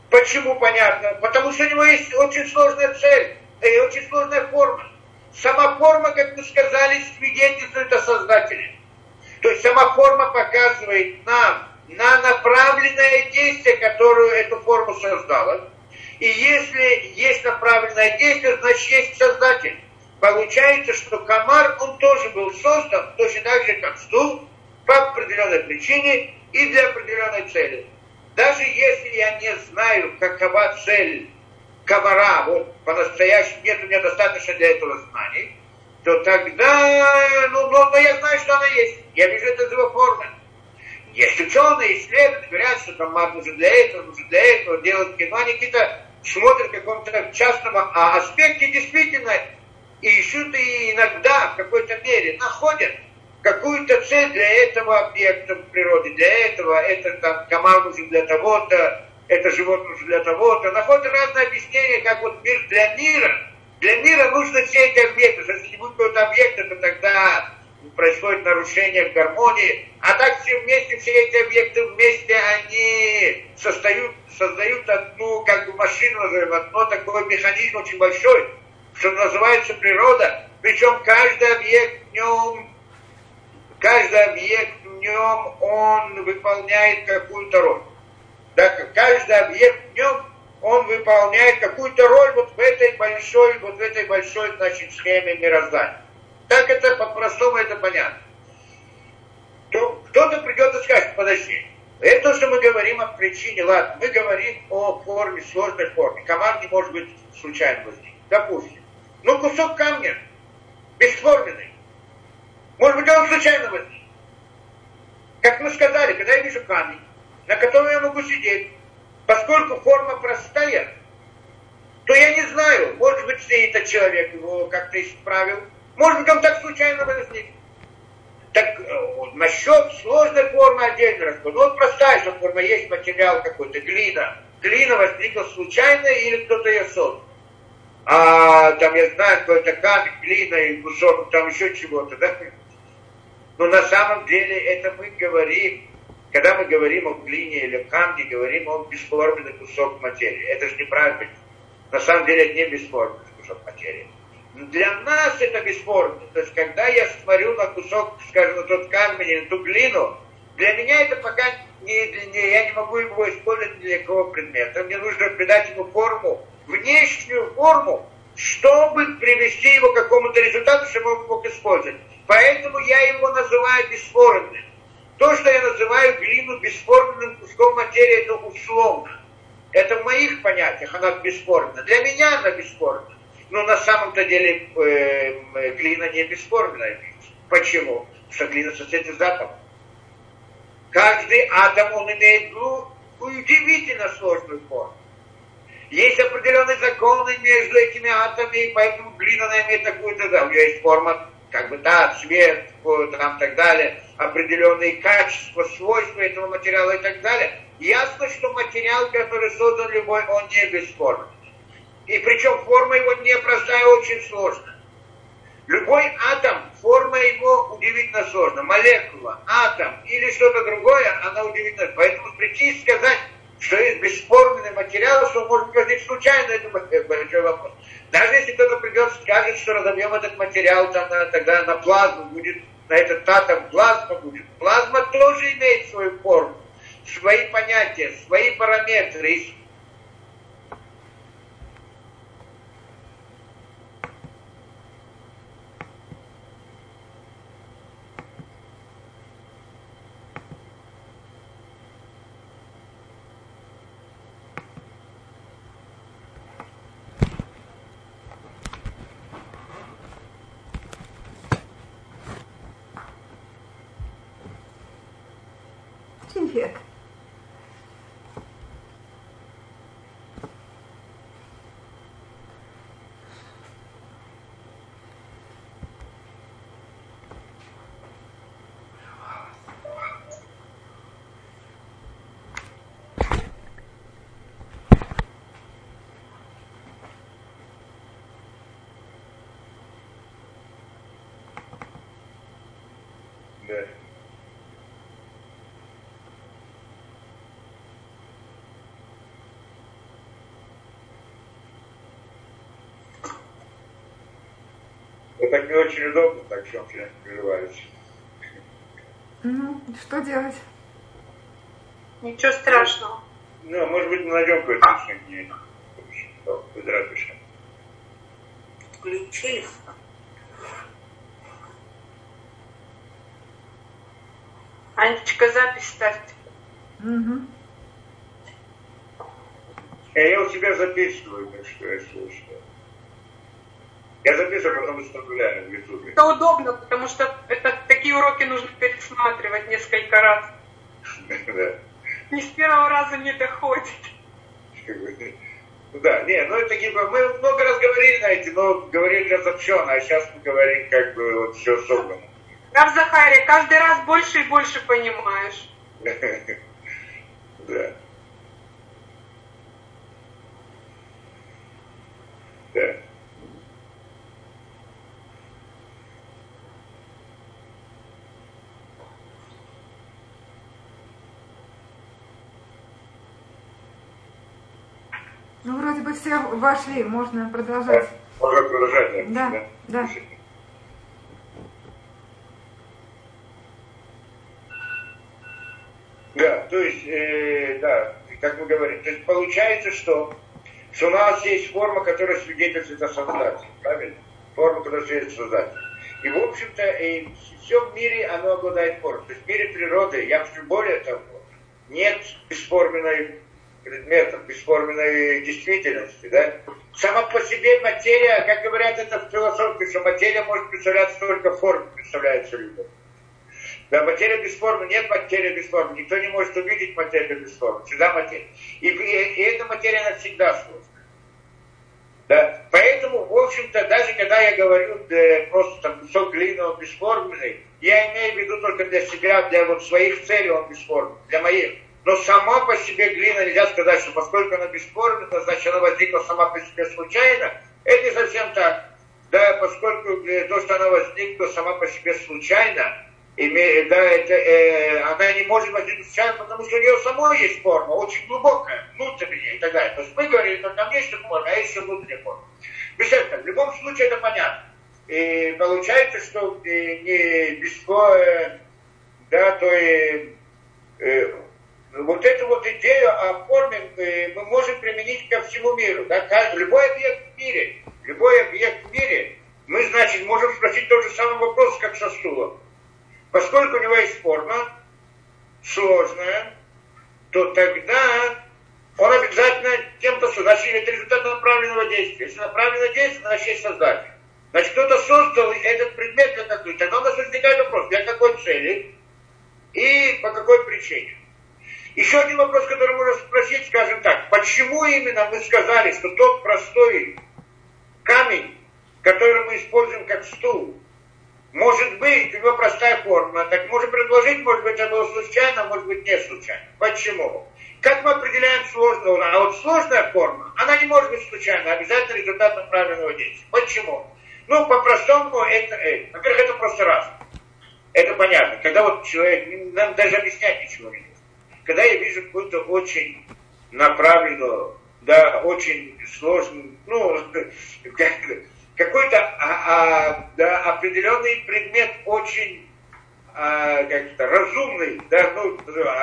Почему понятно? Потому что у него есть очень сложная цель, и очень сложная форма. Сама форма, как мы сказали, свидетельствует о Создателе. То есть сама форма показывает нам на направленное действие, которое эту форму создало. И если есть направленное действие, значит есть Создатель. Получается, что комар, он тоже был создан точно так же, как стул, по определенной причине и для определенной цели. Даже если я не знаю, какова цель комара, вот по-настоящему нет у меня достаточно для этого знаний, то тогда, но я знаю, что она есть. Я вижу это из его формы. Есть ученые, исследователи, говорят, что комар нужен для этого, делают кино, они какие-то смотрят в каком-то частном аспекте, действительно, ищут и иногда в какой-то мере находят какую-то цель для этого объекта в природе, для этого, это там комар нужен для того-то, это животное нужно для того-то, находят разные объяснения, как вот мир для мира. Для мира нужны все эти объекты. Если не будет какой-то объекта, то тогда происходит нарушение гармонии. А так все вместе, все эти объекты вместе, они создают одну, как бы машину, назовем, одно такой механизм очень большой, что называется природа. Причем каждый объект в нем, он выполняет какую-то роль. Да, каждый объект в нем, он выполняет какую-то роль вот в этой большой, значит, схеме мироздания. Так это по-простому это понятно. То кто-то придет и скажет, подожди, это то, что мы говорим о причине, ладно, мы говорим о форме, сложной форме. Комар не может быть случайно возник. Допустим. Ну, кусок камня, бесформенный. Может быть, он случайно возник. Как мы сказали, когда я вижу камень, на котором я могу сидеть, поскольку форма простая, то я не знаю, может быть, этот человек его как-то исправил, может быть, он так случайно возник. Так насчет сложной формы отдельно разговор. Ну, вот простая же форма, есть материал какой-то, глина. Глина возникла случайно или кто-то ее создал. А там, я знаю, какой-то камень, глина и кусок, там еще чего-то, да? Но на самом деле это мы говорим, когда мы говорим о глине или камне, говорим о бесформенный кусок материи. Это же неправильно. На самом деле это не бесформенный кусок материи. Для нас это бесформенно. То есть, когда я смотрю на кусок, скажем, на тот камень или на ту глину, для меня это пока я не могу его использовать для какого предмета. Мне нужно придать ему форму, внешнюю форму, чтобы привести его к какому-то результату, чтобы он мог использовать. Поэтому я его называю бесформенным. То, что я называю глину бесформенным куском материи, это условно. Это в моих понятиях она бесформенна. Для меня она бесформенна. Но на самом-то деле глина не бесформенная. Почему? Потому что глина состоит из атомов. Каждый атом, он имеет удивительно сложную форму. Есть определенные законы между этими атомами, и поэтому глина имеет такую-то, да, у нее есть форма, как бы, да, цвет, там, так далее, определенные качества, свойства этого материала и так далее. Ясно, что материал, который создан любой, он не бесформенный. И причем форма его непростая, очень сложная. Любой атом, форма его удивительно сложна. Молекула, атом или что-то другое, она удивительно. Поэтому прийти и сказать, что есть бесформенный материал, что может возникнуть случайно, это большой вопрос. Даже если кто-то придет и скажет, что разобьем этот материал, там, тогда на плазму будет, на этот атом плазма будет. Плазма тоже имеет свою форму, свои понятия, свои параметры. Привет. Да. не очень удобно, так что я переживаюсь. Ну, что делать? Ничего страшного. Ну, может быть, мы найдем какое-то решение. Включили. Анечка, запись ставьте. Угу. Я у тебя записываю, так что я слушаю. Я записываю, потом выставляю в Ютубе. Это удобно, потому что такие уроки нужно пересматривать несколько раз. Да. Не с первого раза не доходит. Да, не, ну это типа, мы много раз говорили на эти, но говорили разобщенно, а сейчас мы говорим как бы вот все собрано. Рав Захария, каждый раз больше и больше понимаешь. Да. Да. Ну, вроде бы все вошли, можно продолжать. Можно продолжать, да? Да. Да, то есть, да, как мы говорим, то есть получается, что у нас есть форма, которая свидетельствует о Создателе, правильно? Форма, которая свидетельствует о Создателе. И, в общем-то, все в мире, оно обладает формой. То есть в мире природы, я скажу более того, нет бесформенной предметов, бесформенной действительности, да? Сама по себе материя, как говорят это в философии, что материя может представляться только формой, представляется людям. Да, материя без формы, нет материи без формы, никто не может увидеть материю без формы, всегда материя. И эта материя, она всегда сложная. Да? Поэтому, в общем-то, даже когда я говорю просто там кусок глины, он бесформенный, я имею в виду только для себя, для вот своих целей он бесформенный, для моих. Но сама по себе глина, нельзя сказать, что поскольку она бесформенна, значит она возникла сама по себе случайно. Это не совсем так. Да, поскольку то, что она возникла сама по себе случайно, да, она не может возникнуть случайно, потому что у нее самой есть форма, очень глубокая, внутренняя и так далее. То есть мы говорим, что там есть форма, а есть еще внутренняя форма. Беседка, в любом случае это понятно. И получается, что не беско, да, то вот эту вот идею о форме мы можем применить ко всему миру. Да? Любой объект в мире, мы, значит, можем спросить тот же самый вопрос, как со стулом. Поскольку у него есть форма сложная, то тогда он обязательно кем-то создал. Значит, это результат направленного действия. Если направленное действие, значит, есть создатель. Значит, кто-то создал этот предмет для такой. Тогда у нас возникает вопрос, для какой цели и по какой причине. Еще один вопрос, который можно спросить, скажем так, почему именно мы сказали, что тот простой камень, который мы используем как стул, может быть, у него простая форма, так можем предложить, может быть, это было случайно, а может быть, не случайно. Почему? Как мы определяем сложную, а вот сложная форма, она не может быть случайной, обязательно результат направленного действия. Почему? Ну, по-простому, во-первых, это просто раз. Это понятно. Когда вот человек, нам даже объяснять ничего не нужно. Когда я вижу какую-то очень направленную, да, очень сложную, ну, какой-то да, определенный предмет очень как-то разумный, да, ну,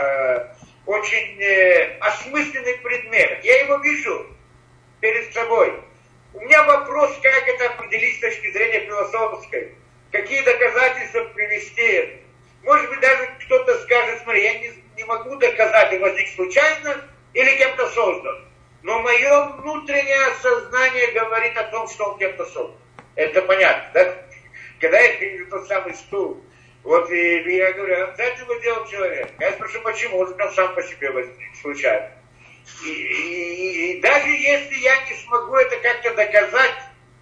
очень осмысленный предмет. Я его вижу перед собой. У меня вопрос, как это определить с точки зрения философской. Какие доказательства привести. Может быть, даже кто-то скажет, смотри, я не могу доказать, он возник случайно или кем-то создан. Но мое внутреннее сознание говорит о том, что он кем-то создан. Это понятно, да? Когда я вижу тот самый стул, вот и я говорю, обязательно его делал человек. Я спрошу, почему? Он сам по себе возник случайно. И даже если я не смогу это как-то доказать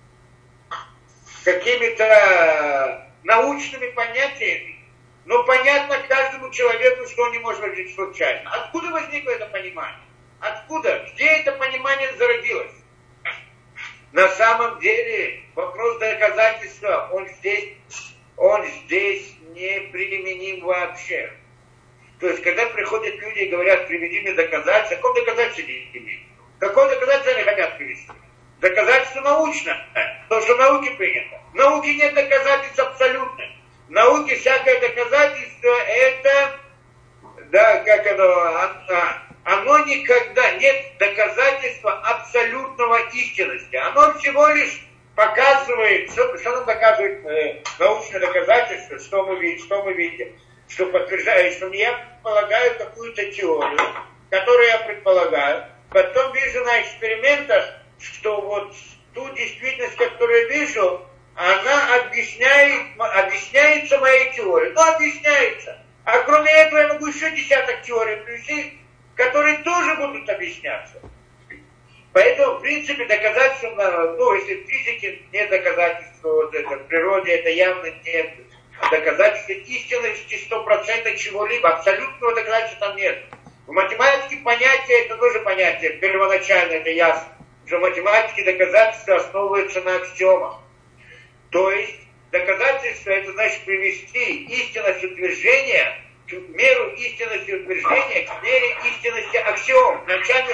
какими-то научными понятиями, но понятно каждому человеку, что он не может возникнуть случайно. Откуда возникло это понимание? Откуда? Где это понимание зародилось? На самом деле вопрос доказательства, он здесь не применим вообще. То есть, когда приходят люди и говорят, приведи мне доказательства, какое доказательство не имеют? Какое доказательство они хотят привести? Доказательство научно. То, что в науке принято. В науке нет доказательств абсолютных. В науке всякое доказательство это, да, как оно никогда нет доказательства абсолютного истинности. Оно всего лишь показывает, что нам доказывает научное доказательство, что мы видим, что подтверждает, что я предполагаю какую-то теорию, которую я предполагаю, потом вижу на экспериментах, что вот ту действительность, которую я вижу, она объясняется моей теорией. Ну, объясняется. А кроме этого я могу еще десяток теорий привести, которые тоже будут объясняться. Поэтому, в принципе, доказательства, ну, если в физике нет доказательства, вот это, в природе это явно нет доказательства истинности 100% чего-либо, абсолютного доказательства там нет. В математике понятие, это тоже понятие, первоначально это ясно, что в математике доказательства основываются на аксиомах. То есть, доказательство, это значит привести истинность утверждения к меру истинности утверждения, к мере истинности аксиом, начальных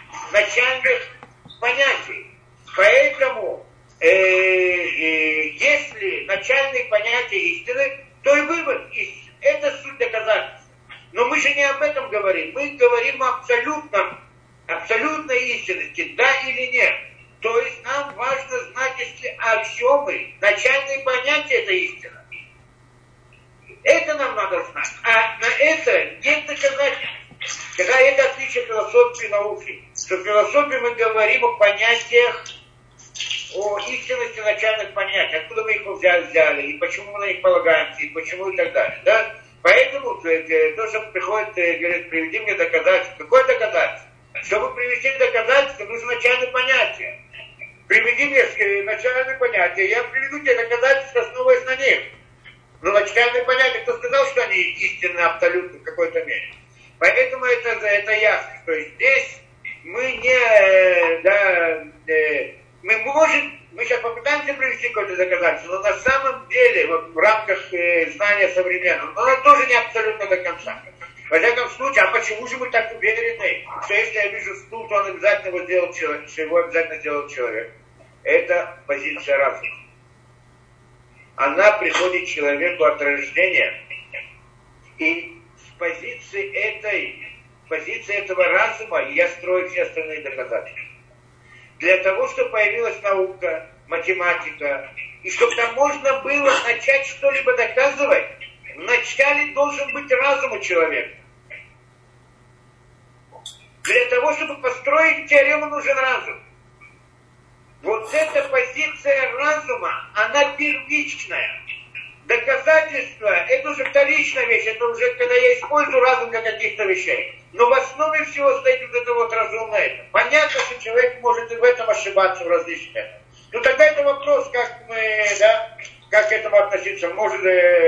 понятий. Поэтому, если начальные понятия истины, то и вывод истины. Это суть доказательства. Но мы же не об этом говорим. Мы говорим о абсолютной истинности, да или нет. То есть нам важно знать, если аксиомы, начальные понятия, это истина. Это нам надо знать. А на это нет доказательств. Когда это отличие философии и науки. Что в философии мы говорим о понятиях, о истинности начальных понятий. Откуда мы их взяли, и почему мы на них полагаемся, и почему и так далее. Да? Поэтому то, что приходит, говорит, приведи мне доказательство. Какое доказательство? Чтобы привести доказательство, нужно начальное понятие. Приведи мне начальные понятия, я приведу тебе доказательства, основываясь на них. Но начальные понятия, кто сказал, что они истинны абсолютно в какой-то мере? Поэтому это ясно, что здесь мы мы сейчас попытаемся привести какое-то доказательство, но на самом деле, вот в рамках знания современного, но оно тоже не абсолютно до конца. Во всяком случае, а почему же мы так уверены, что если я вижу стул, то он обязательно его сделал человек, что его обязательно сделал человек? Это позиция разума. Она приходит человеку от рождения, и с позиции этого разума я строю все остальные доказательства. Для того, чтобы появилась наука, математика, и чтобы там можно было начать что-либо доказывать, вначале должен быть разум у человека. Для того, чтобы построить теорему, нужен разум. Вот эта позиция разума, она первичная. Доказательство, это уже вторичная вещь, это уже когда я использую разум для каких-то вещей. Но в основе всего стоит вот это вот разумное. Понятно, что человек может и в этом ошибаться в различных. Но тогда это вопрос, как мы, да, как к этому относиться. Может,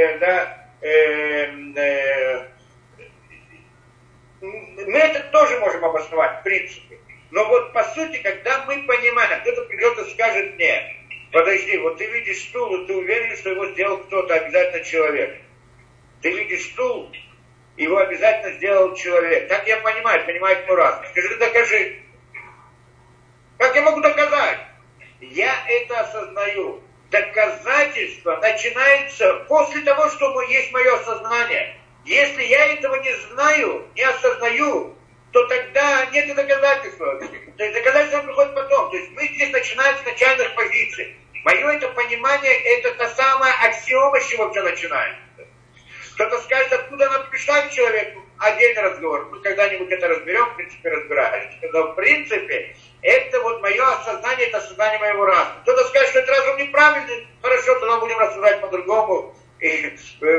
мы это тоже можем обосновать, в принципе. Но вот по сути, когда мы понимаем, кто-то придет и скажет мне, подожди, вот ты видишь стул, и ты уверен, что его сделал кто-то, обязательно человек. Ты видишь стул, его обязательно сделал человек. Так я понимаю ему раз. Скажи, докажи. Как я могу доказать? Я это осознаю. Доказательство начинается после того, что есть мое осознание. Если я этого не знаю, не осознаю, то тогда нет и доказательства. То есть доказательства приходят потом. То есть мы здесь начинаем с начальных позиций. Мое это понимание, это та самая аксиома, с чего все начинается. Кто-то скажет, откуда она пришла к человеку, отдельный разговор. Мы когда-нибудь это разберем, в принципе, разбирались. Но в принципе, это вот мое осознание, это осознание моего разума. Кто-то скажет, что это разум неправильный, хорошо, тогда будем рассуждать по-другому. И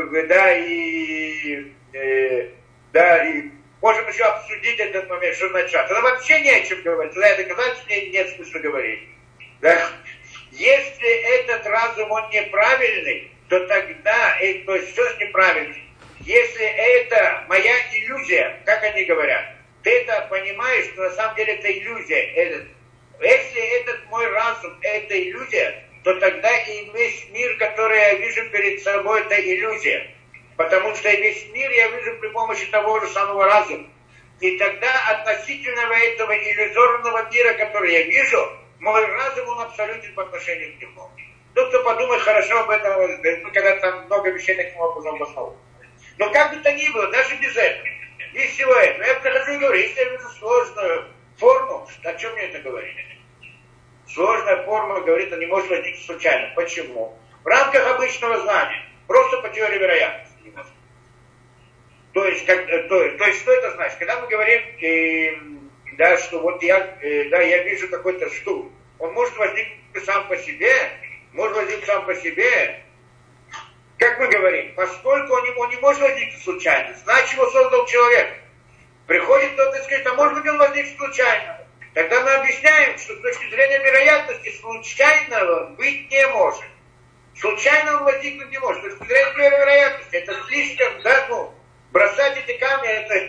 можем еще обсудить этот момент, что начать. Тогда вообще не о чем говорить, тогда доказательства нет смысла говорить. Да? Если этот разум, он неправильный, то тогда, то есть все неправильно. Если это моя иллюзия, как они говорят, ты это понимаешь, что на самом деле это иллюзия. Если этот мой разум, это иллюзия, то тогда и весь мир, который я вижу перед собой, это иллюзия. Потому что весь мир я вижу при помощи того же самого разума. И тогда относительно этого иллюзорного мира, который я вижу, мой разум, он абсолютен по отношению к нему. Тот, кто подумает хорошо об этом, когда там много вещей таким образом обосновывают. Но как бы то ни было, даже без этого, без всего этого, я прихожу и говорю, если я вижу сложную форму, о чем мне это говорит? Сложная форма, говорит, не может возникнуть случайно. Почему? В рамках обычного знания, просто по теории вероятности не может. То есть, что это значит? Когда мы говорим, да, что вот я вижу какой-то стул, он может возникнуть сам по себе, как мы говорим, поскольку он не может возникнуть случайно, значит его создал человек. Приходит кто-то и говорит, а может быть он возник случайно. Тогда мы объясняем, что с точки зрения вероятности случайного быть не может. Случайно он возникнуть не может. С точки зрения вероятности это слишком, да, бросать эти камни,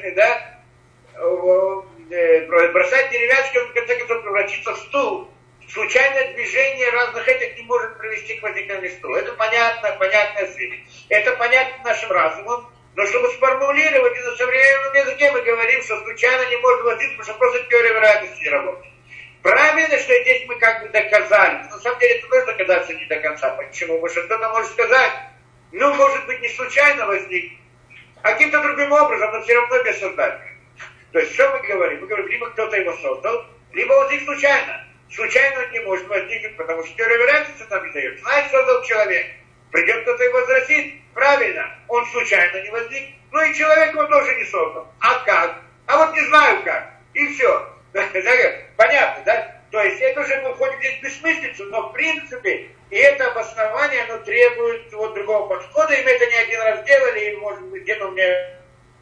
бросать деревяшки, он в конце концов превратится в стул. Случайное движение разных этих не может привести к возникновению стула. Это понятная связь. Это понятно нашим разумом. Но чтобы сформулировать на современном языке, мы говорим, что случайно не может возникнуть, потому что просто теория вероятности не работает. Правильно, что здесь мы как бы доказали. Но на самом деле это тоже доказаться не до конца. Почему? Потому что кто-то может сказать, может быть, не случайно возник, а каким-то другим образом, но все равно без создателя. То есть, что мы говорим? Мы говорим, либо кто-то его создал, либо возник случайно. Случайно он не может возникнуть, потому что теория вероятности нам не дает. Значит, создал человек. Придет кто-то его возвратит. Правильно, он случайно не возник. И человек его тоже не создал. А как? А вот не знаю как. И все. Понятно, да? То есть это уже мы входим здесь в бессмыслицу, но в принципе, и это обоснование, оно требует другого подхода, и мы это не один раз делали, и может быть где-то у меня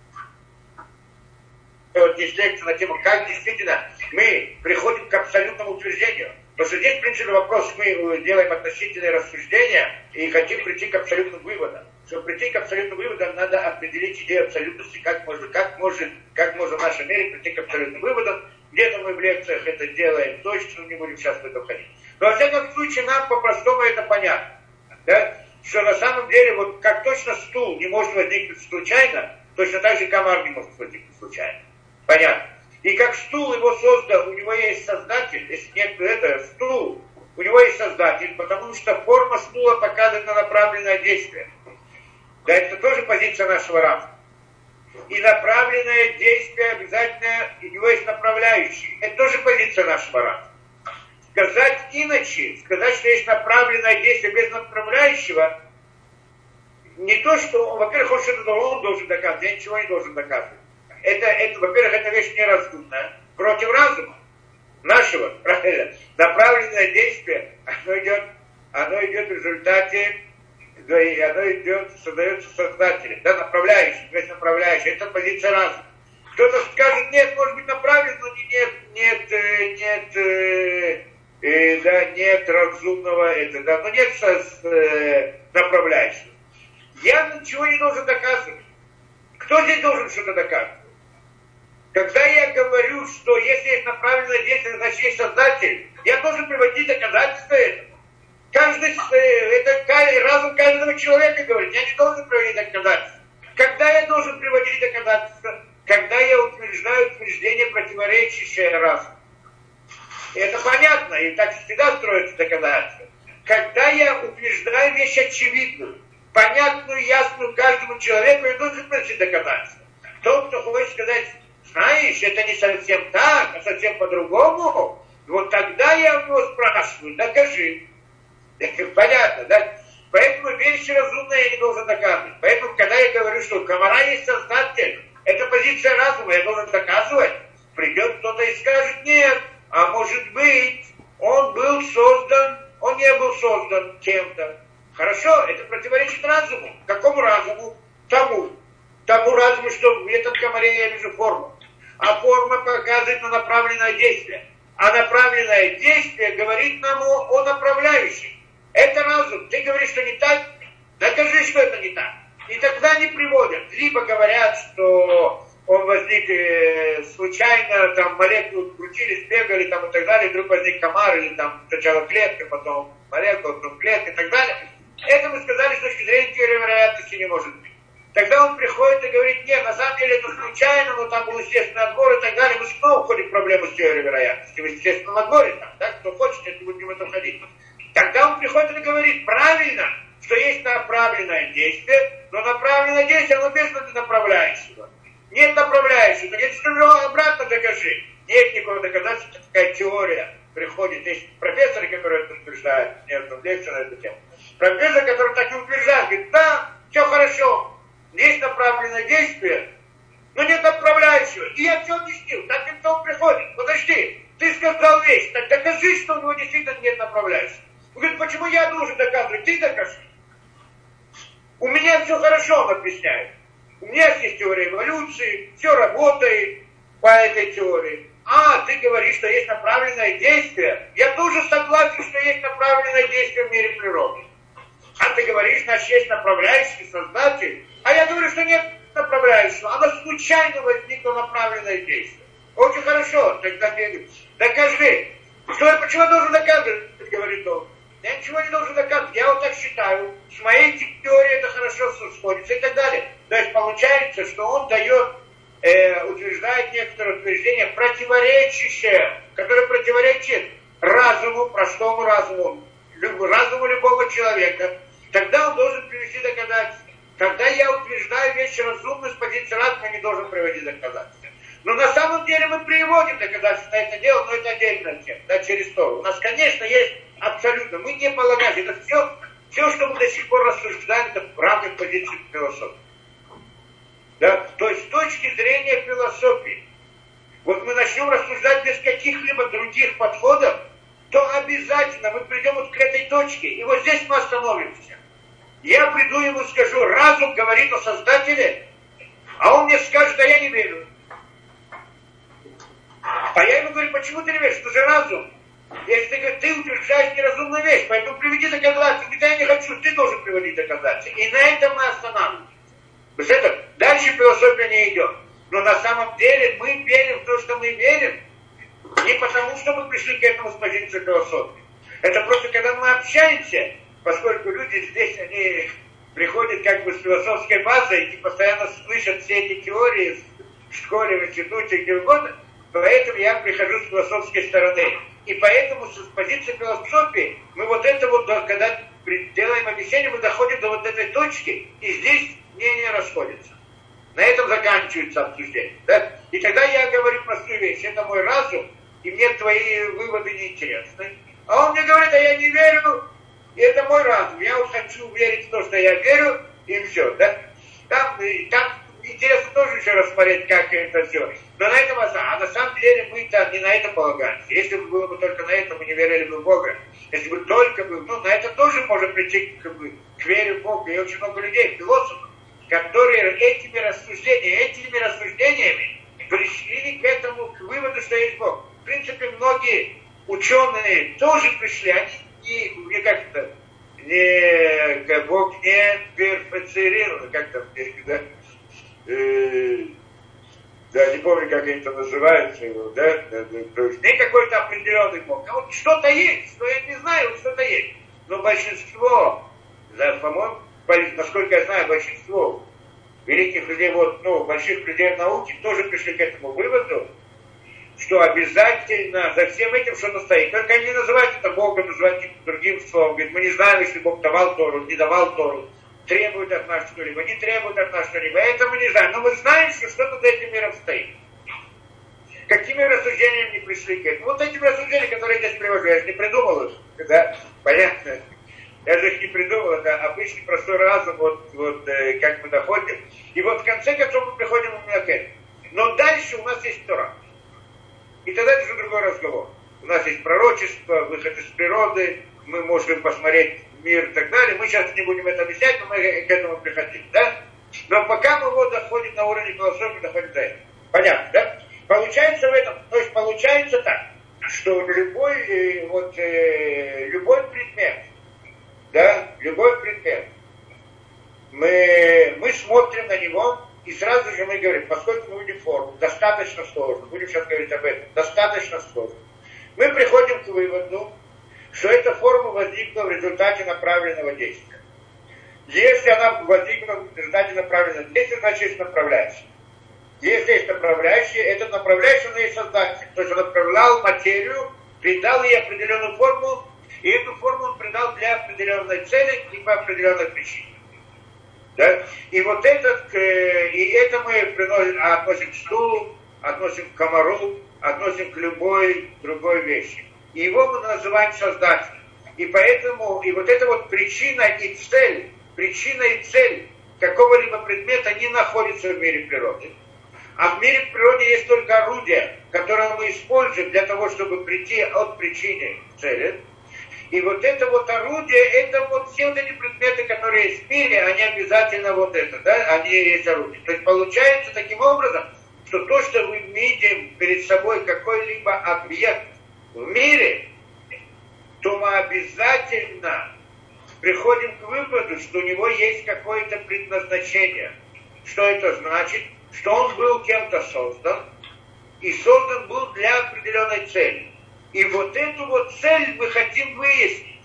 есть лекция на тему, как действительно мы приходим к абсолютному утверждению. Потому что здесь, в принципе, вопрос, мы делаем относительные рассуждения и хотим прийти к абсолютным выводам. Чтобы прийти к абсолютным выводам, надо определить идею абсолютности, как может в нашем мире прийти к абсолютным выводам. Где-то мы в лекциях это делаем точно, не будем сейчас в это входить. Но во всяком случае, нам по-простому это понятно. Да? Что на самом деле, вот как точно стул не может возникнуть случайно, точно так же комар не может возникнуть случайно. Понятно. И как стул его создал, у него есть создатель, если нет стул, у него есть создатель, потому что форма стула показывает на направленное действие. Да, это тоже позиция нашего разума. И направленное действие обязательно, у него есть направляющий. Это тоже позиция нашего разума. Сказать иначе, сказать, что есть направленное действие без направляющего, не то, что, во-первых, он должен доказывать, я ничего не должен доказывать. Это, во-первых, эта вещь неразумная, против разума нашего, правильно. Направленное действие, оно идет в результате, да, и оно создается создателем, да, направляющий, то есть направляющий, это позиция разума. Кто-то скажет, нет, может быть направлен, но нет разумного, но нет направляющего. Я ничего не должен доказывать. Кто здесь должен что-то доказывать? Когда я говорю, что если есть направленное действие, значит есть создатель, я должен приводить доказательства этого. Разум каждого человека говорит, я не должен приводить доказательства. Когда я должен приводить доказательства? Когда я утверждаю утверждение, противоречащее разуму. И это понятно, и так всегда строятся доказательства. Когда я утверждаю вещь очевидную, понятную, ясную каждому человеку, я должен приводить доказательства. Тот, кто хочет сказать, знаешь, это не совсем так, а совсем по-другому, вот тогда я у него спрашиваю, докажи. Понятно, да? Поэтому вещи разумные я не должен доказывать. Поэтому, когда я говорю, что у комара есть создатель, это позиция разума, я должен доказывать. Придет кто-то и скажет, нет, а может быть, он был создан, он не был создан кем-то. Хорошо, это противоречит разуму. Какому разуму? Тому разуму, что в этом комаре я вижу форму. А форма показывает на направленное действие. А направленное действие говорит нам о направляющем. Это разум. Ты говоришь, что не так, докажи, что это не так. И тогда они приводят. Либо говорят, что он возник случайно, там молекулы крутились, бегали там, и так далее, вдруг возник комар, или там сначала клетка, потом молекула, потом клетка и так далее. Это мы сказали, с точки зрения теории вероятности не может быть. Тогда он приходит и говорит, нет, на самом деле это случайно, но там был естественный отбор и так далее. Мы снова входим в проблему с теорией вероятности. В естественном отборе там, да, кто хочет, это будем в этом ходить. Тогда он приходит и говорит, правильно, что есть направленное действие, но направленное действие, оно без направляющего. Нет направляющего. Если ты его обратно докажи. Нет никакого доказательства, такая теория приходит. Есть профессоры, которые это утверждают, нет, там лекция на эту тему. Профессор, который так и утверждает, говорит, да, все хорошо, есть направленное действие, но нет направляющего. И я все объяснил, так и кто приходит. Подожди, ты сказал вещь, так докажи, что у него действительно нет направляющего. Он говорит, почему я должен доказывать? Ты докажи. У меня все хорошо, он объясняет. У меня есть теория эволюции, все работает по этой теории. А, ты говоришь, что есть направленное действие. Я тоже согласен, что есть направленное действие в мире природы. А ты говоришь, значит, есть направляющий, создатель. А я говорю, что нет направляющего. Оно случайно возникло направленное действие. Очень хорошо. Тогда я говорю, докажи. Почему я должен доказывать, говорит он. Я ничего не должен доказывать. Я вот так считаю. С моей теорией это хорошо сходится и так далее. То есть получается, что он дает, утверждает некоторые утверждения, противоречащие, которые противоречат разуму, простому разуму, разуму любого человека. Тогда он должен привести доказательства. Когда я утверждаю вещи разумные с позиции разума, я не должен приводить доказательства. Но на самом деле мы приводим доказательства на это дело, но это отдельная тема, да, через то. У нас, конечно, есть абсолютно, мы не полагаем, это все, что мы до сих пор рассуждаем, это в рамках позиции философии. Да? То есть с точки зрения философии, вот мы начнем рассуждать без каких-либо других подходов, то обязательно мы придем вот к этой точке, и вот здесь мы остановимся. Я приду ему и скажу, разум говорит о Создателе, а он мне скажет, да я не верю. А я ему говорю, почему ты не веришь? Это же разум. Если ты утверждаешь неразумную вещь, поэтому приведи доказательства. Когда я не хочу, ты должен приводить доказательства. И на этом мы останавливаемся. То есть это, дальше философия не идет. Но на самом деле мы верим в то, что мы верим, не потому, что мы пришли к этому с позиции философии. Это просто когда мы общаемся, поскольку люди здесь, они приходят как бы с философской базой и постоянно слышат все эти теории в школе, в институте, где угодно, поэтому я прихожу с философской стороны. И поэтому с позиции философии мы вот это вот, когда делаем объяснение, мы доходим до вот этой точки, и здесь мнения расходятся. На этом заканчивается обсуждение. Да? И тогда я говорю простую вещь, это мой разум, и мне твои выводы не интересны. А он мне говорит, а я не верю, и это мой разум. Я вот хочу верить в то, что я верю, и все. Да? Там интересно тоже еще рассмотреть, как это все. Но на этом, а на самом деле мы-то не на это полагаемся. Если бы было бы только на это, мы не верили бы в Бога. Если бы только бы, на это тоже может прийти к вере в Бога. И очень много людей, философов, которые этими рассуждениями пришли к этому, к выводу, что есть Бог. В принципе, многие ученые тоже пришли, они не как-то, Бог не перфекционирован, как там, да? Да, не помню, как они там называются его, да? То есть не какой-то определенный Бог. А вот что-то есть, что я не знаю, вот что-то есть. Но большинство, да, по-моему, насколько я знаю, большинство великих людей, больших людей в науке тоже пришли к этому выводу, что обязательно за всем этим что-то стоит. Только они не называют это Богом, называют каким-то другим словом. Говорят, мы не знаем, если Бог давал Тору, не давал Тору, требует от нас что-либо, не требует от нас что-либо. Это мы не знаем. Но мы знаем, что что-то за этим миром стоит. Какими рассуждениями не пришли к этому? Вот эти рассуждения, которые я здесь привожу, я же не придумал их. Да? Понятно? Я же их не придумал, это обычный простой разум, как мы доходим. И вот в конце концов мы приходим именно к этому. Но дальше у нас есть Тора. И тогда это уже другой разговор. У нас есть пророчество, выход из природы, мы можем посмотреть мир и так далее. Мы сейчас не будем это объяснять, но мы к этому приходим, да? Но пока мы доходим на уровне философии, доходим до этого. Понятно, да? Получается в этом, то есть получается так, что любой предмет, да, любой предмет, мы смотрим на него, и сразу же мы говорим, поскольку мы видим форму, достаточно сложно, будем сейчас говорить об этом, достаточно сложно, мы приходим к выводу, что эта форма возникла в результате направленного действия. Если она возникла в результате направленного действия, значит, есть направляющая. Если есть направляющая, этот направляющий, он есть создатель. То есть он отправлял материю, придал ей определенную форму, и эту форму он придал для определенной цели и по определенной причине. Да? И вот это мы относим к стулу, относим к комару, относим к любой другой вещи. И его мы называем создателем. И поэтому, и вот эта вот причина и цель какого-либо предмета не находится в мире природы. А в мире природы есть только орудие, которое мы используем для того, чтобы прийти от причины к цели. И вот это вот орудие, это вот все вот эти предметы, которые есть в мире, они обязательно вот это, да, они есть орудие. То есть получается таким образом, что то, что мы видим перед собой какой-либо объект в мире, то мы обязательно приходим к выводу, что у него есть какое-то предназначение. Что это значит? Что он был кем-то создан, и создан был для определенной цели. И вот эту вот цель мы хотим выяснить.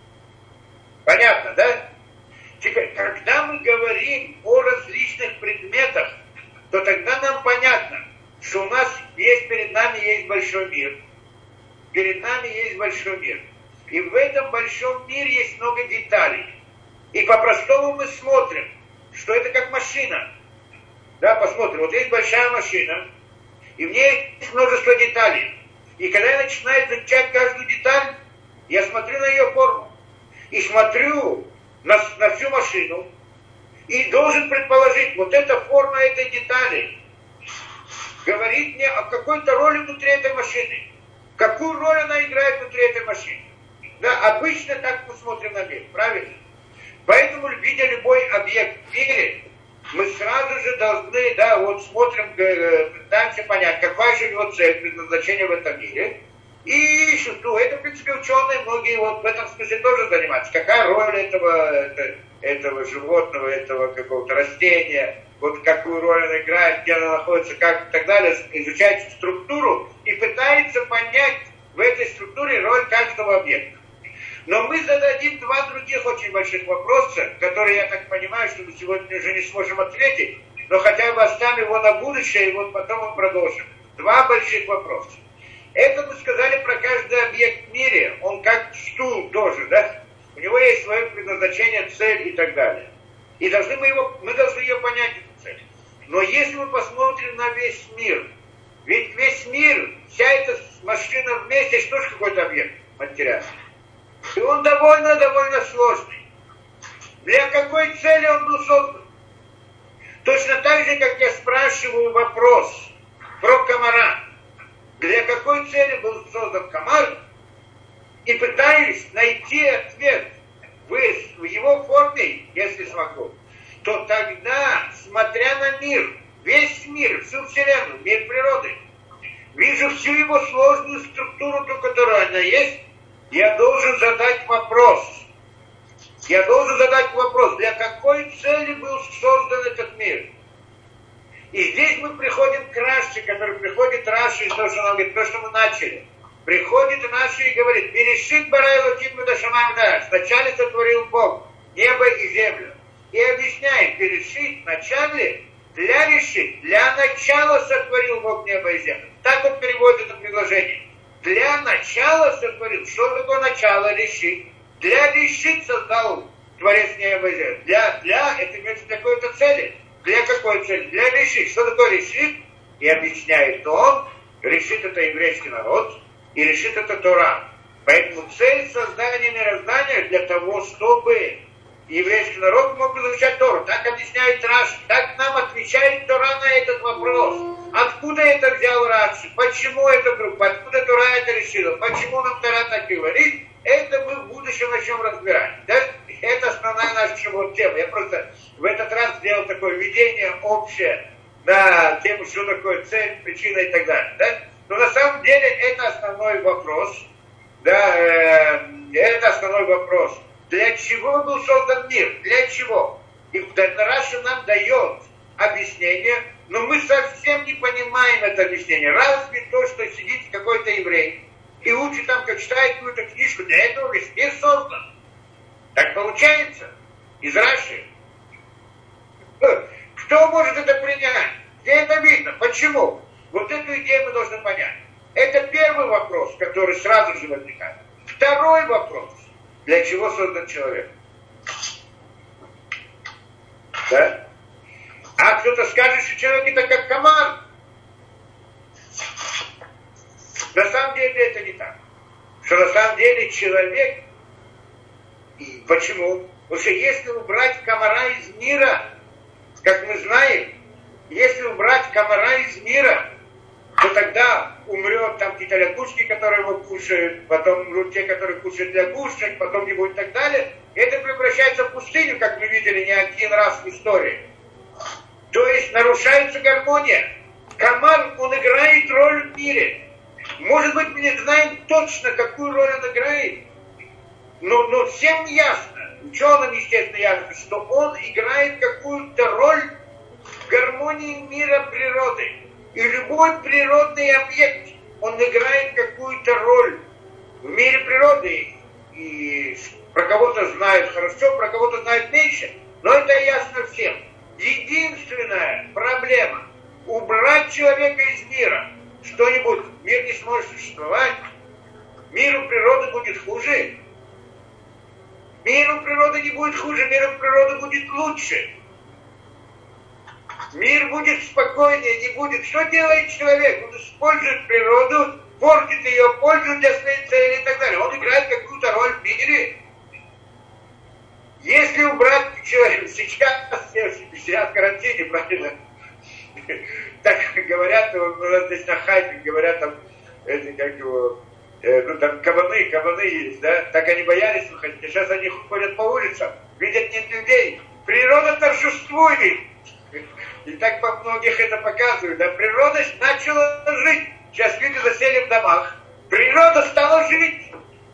Понятно, да? Теперь, когда мы говорим о различных предметах, то тогда нам понятно, что у нас есть, перед нами есть большой мир. Перед нами есть большой мир. И в этом большом мире есть много деталей. И по-простому мы смотрим, что это как машина. Да, посмотрим, вот есть большая машина, и в ней есть множество деталей. И когда я начинаю изучать каждую деталь, я смотрю на ее форму. И смотрю на всю машину. И должен предположить, вот эта форма этой детали говорит мне о какой-то роли внутри этой машины. Какую роль она играет внутри этой машины. Да, обычно так мы смотрим на мир, правильно? Поэтому, видя любой объект в мире, мы сразу же должны, да, вот смотрим, пытаемся понять, какая же его цель, предназначение в этом мире. И ну, это, в принципе, ученые, многие вот в этом смысле тоже занимаются. Какая роль этого животного, этого какого-то растения, вот какую роль она играет, где она находится, как и так далее, изучает структуру и пытается понять в этой структуре роль каждого объекта. Но мы зададим два других очень больших вопроса, которые, я так понимаю, что мы сегодня уже не сможем ответить, но хотя бы оставим его на будущее, и вот потом мы продолжим. Два больших вопроса. Это мы сказали про каждый объект в мире, он как стул тоже, да? У него есть свое предназначение, цель и так далее. И мы должны ее понять, эту цель. Но если мы посмотрим на весь мир, ведь весь мир, вся эта машина вместе, что же какой-то объект материальный. И он довольно сложный. Для какой цели он был создан? Точно так же, как я спрашиваю вопрос про комара. Для какой цели был создан комар? И пытаюсь найти ответ в его форме, если смогу. То тогда, смотря на мир, весь мир, всю Вселенную, мир природы, вижу всю его сложную структуру, ту, которая она есть, я должен задать вопрос. Для какой цели был создан этот мир? И здесь мы приходим к Раши, который приходит Раши, то, что нам говорит, то, что мы начали. Приходит Раши и говорит, «Берешит барай локим медашамам да». Вначале сотворил Бог небо и землю. И объясняет, «Берешит» вначале, для решит, для начала сотворил Бог небо и землю. Так он переводит это предложение. Для начала сотворил. Что такое начало? Решит. Для решит создал Творец неба и земли. Для это имеется какой-то цели. Для какой цели? Для решит. Что такое решит? И объясняет он. Решит это еврейский народ. И решит это Тора. Поэтому цель создания мироздания для того, чтобы еврейский народ мог изучать Тору. Так объясняет Раши. Так нам отвечает Тора на этот вопрос. Откуда это взял Раши? Почему это группа? Откуда Тора это решила? Почему нам Тора так говорит? Это мы в будущем начнем разбирать. Да? Это основная наша вот тема. Я просто в этот раз сделал такое введение общее на тему, что такое цель, причина и так далее. Да? Но на самом деле это основной вопрос. Да, это основной вопрос. Для чего был создан мир? Для чего? И Раши нам дает объяснение, но мы совсем не понимаем это объяснение. Разве то, что сидит какой-то еврей и учит там, как читает какую-то книжку, для этого весь мир создан. Так получается. Из Раши? Кто может это принять? Где это видно? Почему? Вот эту идею мы должны понять. Это первый вопрос, который сразу же возникает. Второй вопрос. Для чего создан человек? Да? А кто-то скажет, что человек это как комар. На самом деле это не так. Что на самом деле человек... Почему? Потому что если убрать комара из мира, как мы знаем, если убрать комара из мира, то тогда умрет там какие-то лягушки, которые его кушают, потом умрут те, которые кушают лягушек, потом не будет и так далее. И это превращается в пустыню, как мы видели не один раз в истории. То есть нарушается гармония. Комар, он играет роль в мире. Может быть, мы не знаем точно, какую роль он играет, но всем ясно, ученым, естественно, ясно, что он играет какую-то роль в гармонии мира природы. И любой природный объект, он играет какую-то роль в мире природы. И про кого-то знают хорошо, про кого-то знают меньше, но это ясно всем. Единственная проблема – убрать человека из мира. Что-нибудь, мир не сможет существовать, миру природы будет хуже. Миру природы не будет хуже, миру природы будет лучше. Мир будет спокойнее, не будет. Что делает человек? Он использует природу, портит ее, пользует для своей цели и так далее. Он играет какую-то роль в мире. Если убрать человека, сейчас в карантине, правильно? Так говорят, у нас здесь на Хайпе говорят, там, как его, там кабаны есть, да? Так они боялись выходить, а сейчас они ходят по улицам, видят нет людей. Природа торжествует. И так по многих это показывают. Да? Природа начала жить. Сейчас люди засели в домах. Природа стала жить.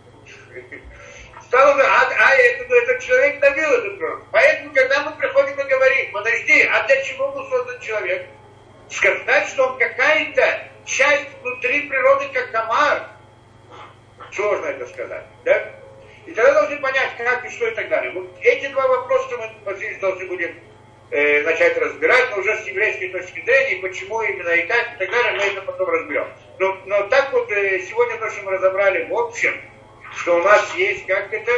Этот человек добил эту природу. Поэтому, когда мы приходим и говорим, подожди, а для чего был создан человек? Сказать, что он какая-то часть внутри природы, как комар. Сложно это сказать. Да? И тогда должны понять, как и что и так далее. Вот эти два вопроса мы должны будем начать разбирать, но уже с еврейской точки зрения, почему именно и как, и так далее, мы это потом разберем. Но так вот, сегодня то, что мы разобрали в общем, что у нас есть, как это,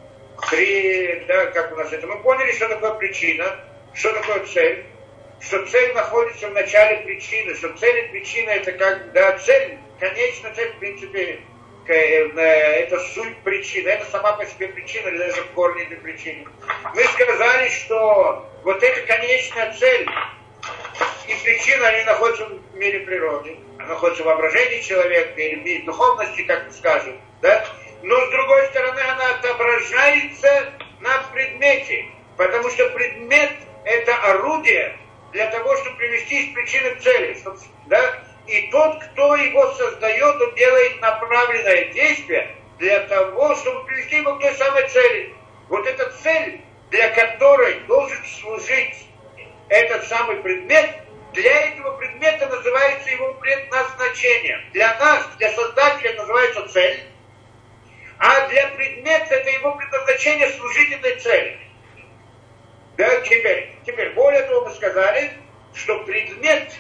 как у нас это, мы поняли, что такое причина, что такое цель, что цель находится в начале причины, что цель и причина это как, да, цель, конечная цель, в принципе, это суть причины, это сама по себе причина, или даже в корне этой причины. Мы сказали, что вот эта конечная цель и причина, они находятся в мире природы, они находятся в воображении человека или в мире духовности, как мы скажем, да? Но с другой стороны она отображается на предмете, потому что предмет это орудие для того, чтобы привести из причины к цели, чтобы, да? И тот, кто его создает, он делает направленное действие для того, чтобы привести его к той самой цели. Вот эта цель, для которой должен служить этот самый предмет, для этого предмета называется его предназначение. Для нас, для создателя, называется цель, а для предмета это его предназначение служить этой цели. Да, теперь, более того, мы сказали, что предмет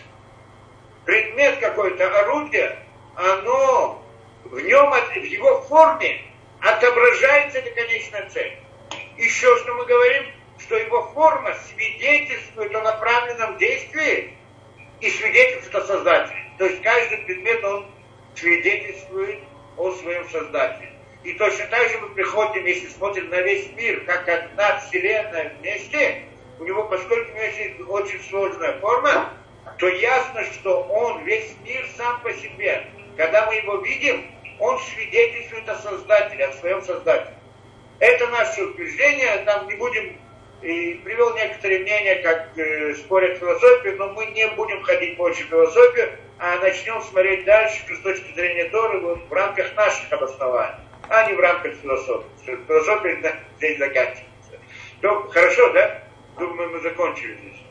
какое-то орудие, оно в нем, в его форме отображается эта конечная цель. Еще что мы говорим, что его форма свидетельствует о направленном действии и свидетельствует о создателе. То есть каждый предмет, он свидетельствует о своем создателе. И точно так же мы приходим, если смотрим на весь мир, как одна вселенная вместе, у него, поскольку у него есть очень сложная форма, то ясно, что он, весь мир сам по себе, когда мы его видим, он свидетельствует о Создателе, о своем Создателе. Это наше утверждение, там не будем, и привел некоторые мнения, как спорят философию, но мы не будем ходить больше в философию, а начнем смотреть дальше с точки зрения Торы в рамках наших обоснований, а не в рамках философии. Философия здесь заканчивается. То, хорошо, да? Думаю, мы закончили здесь.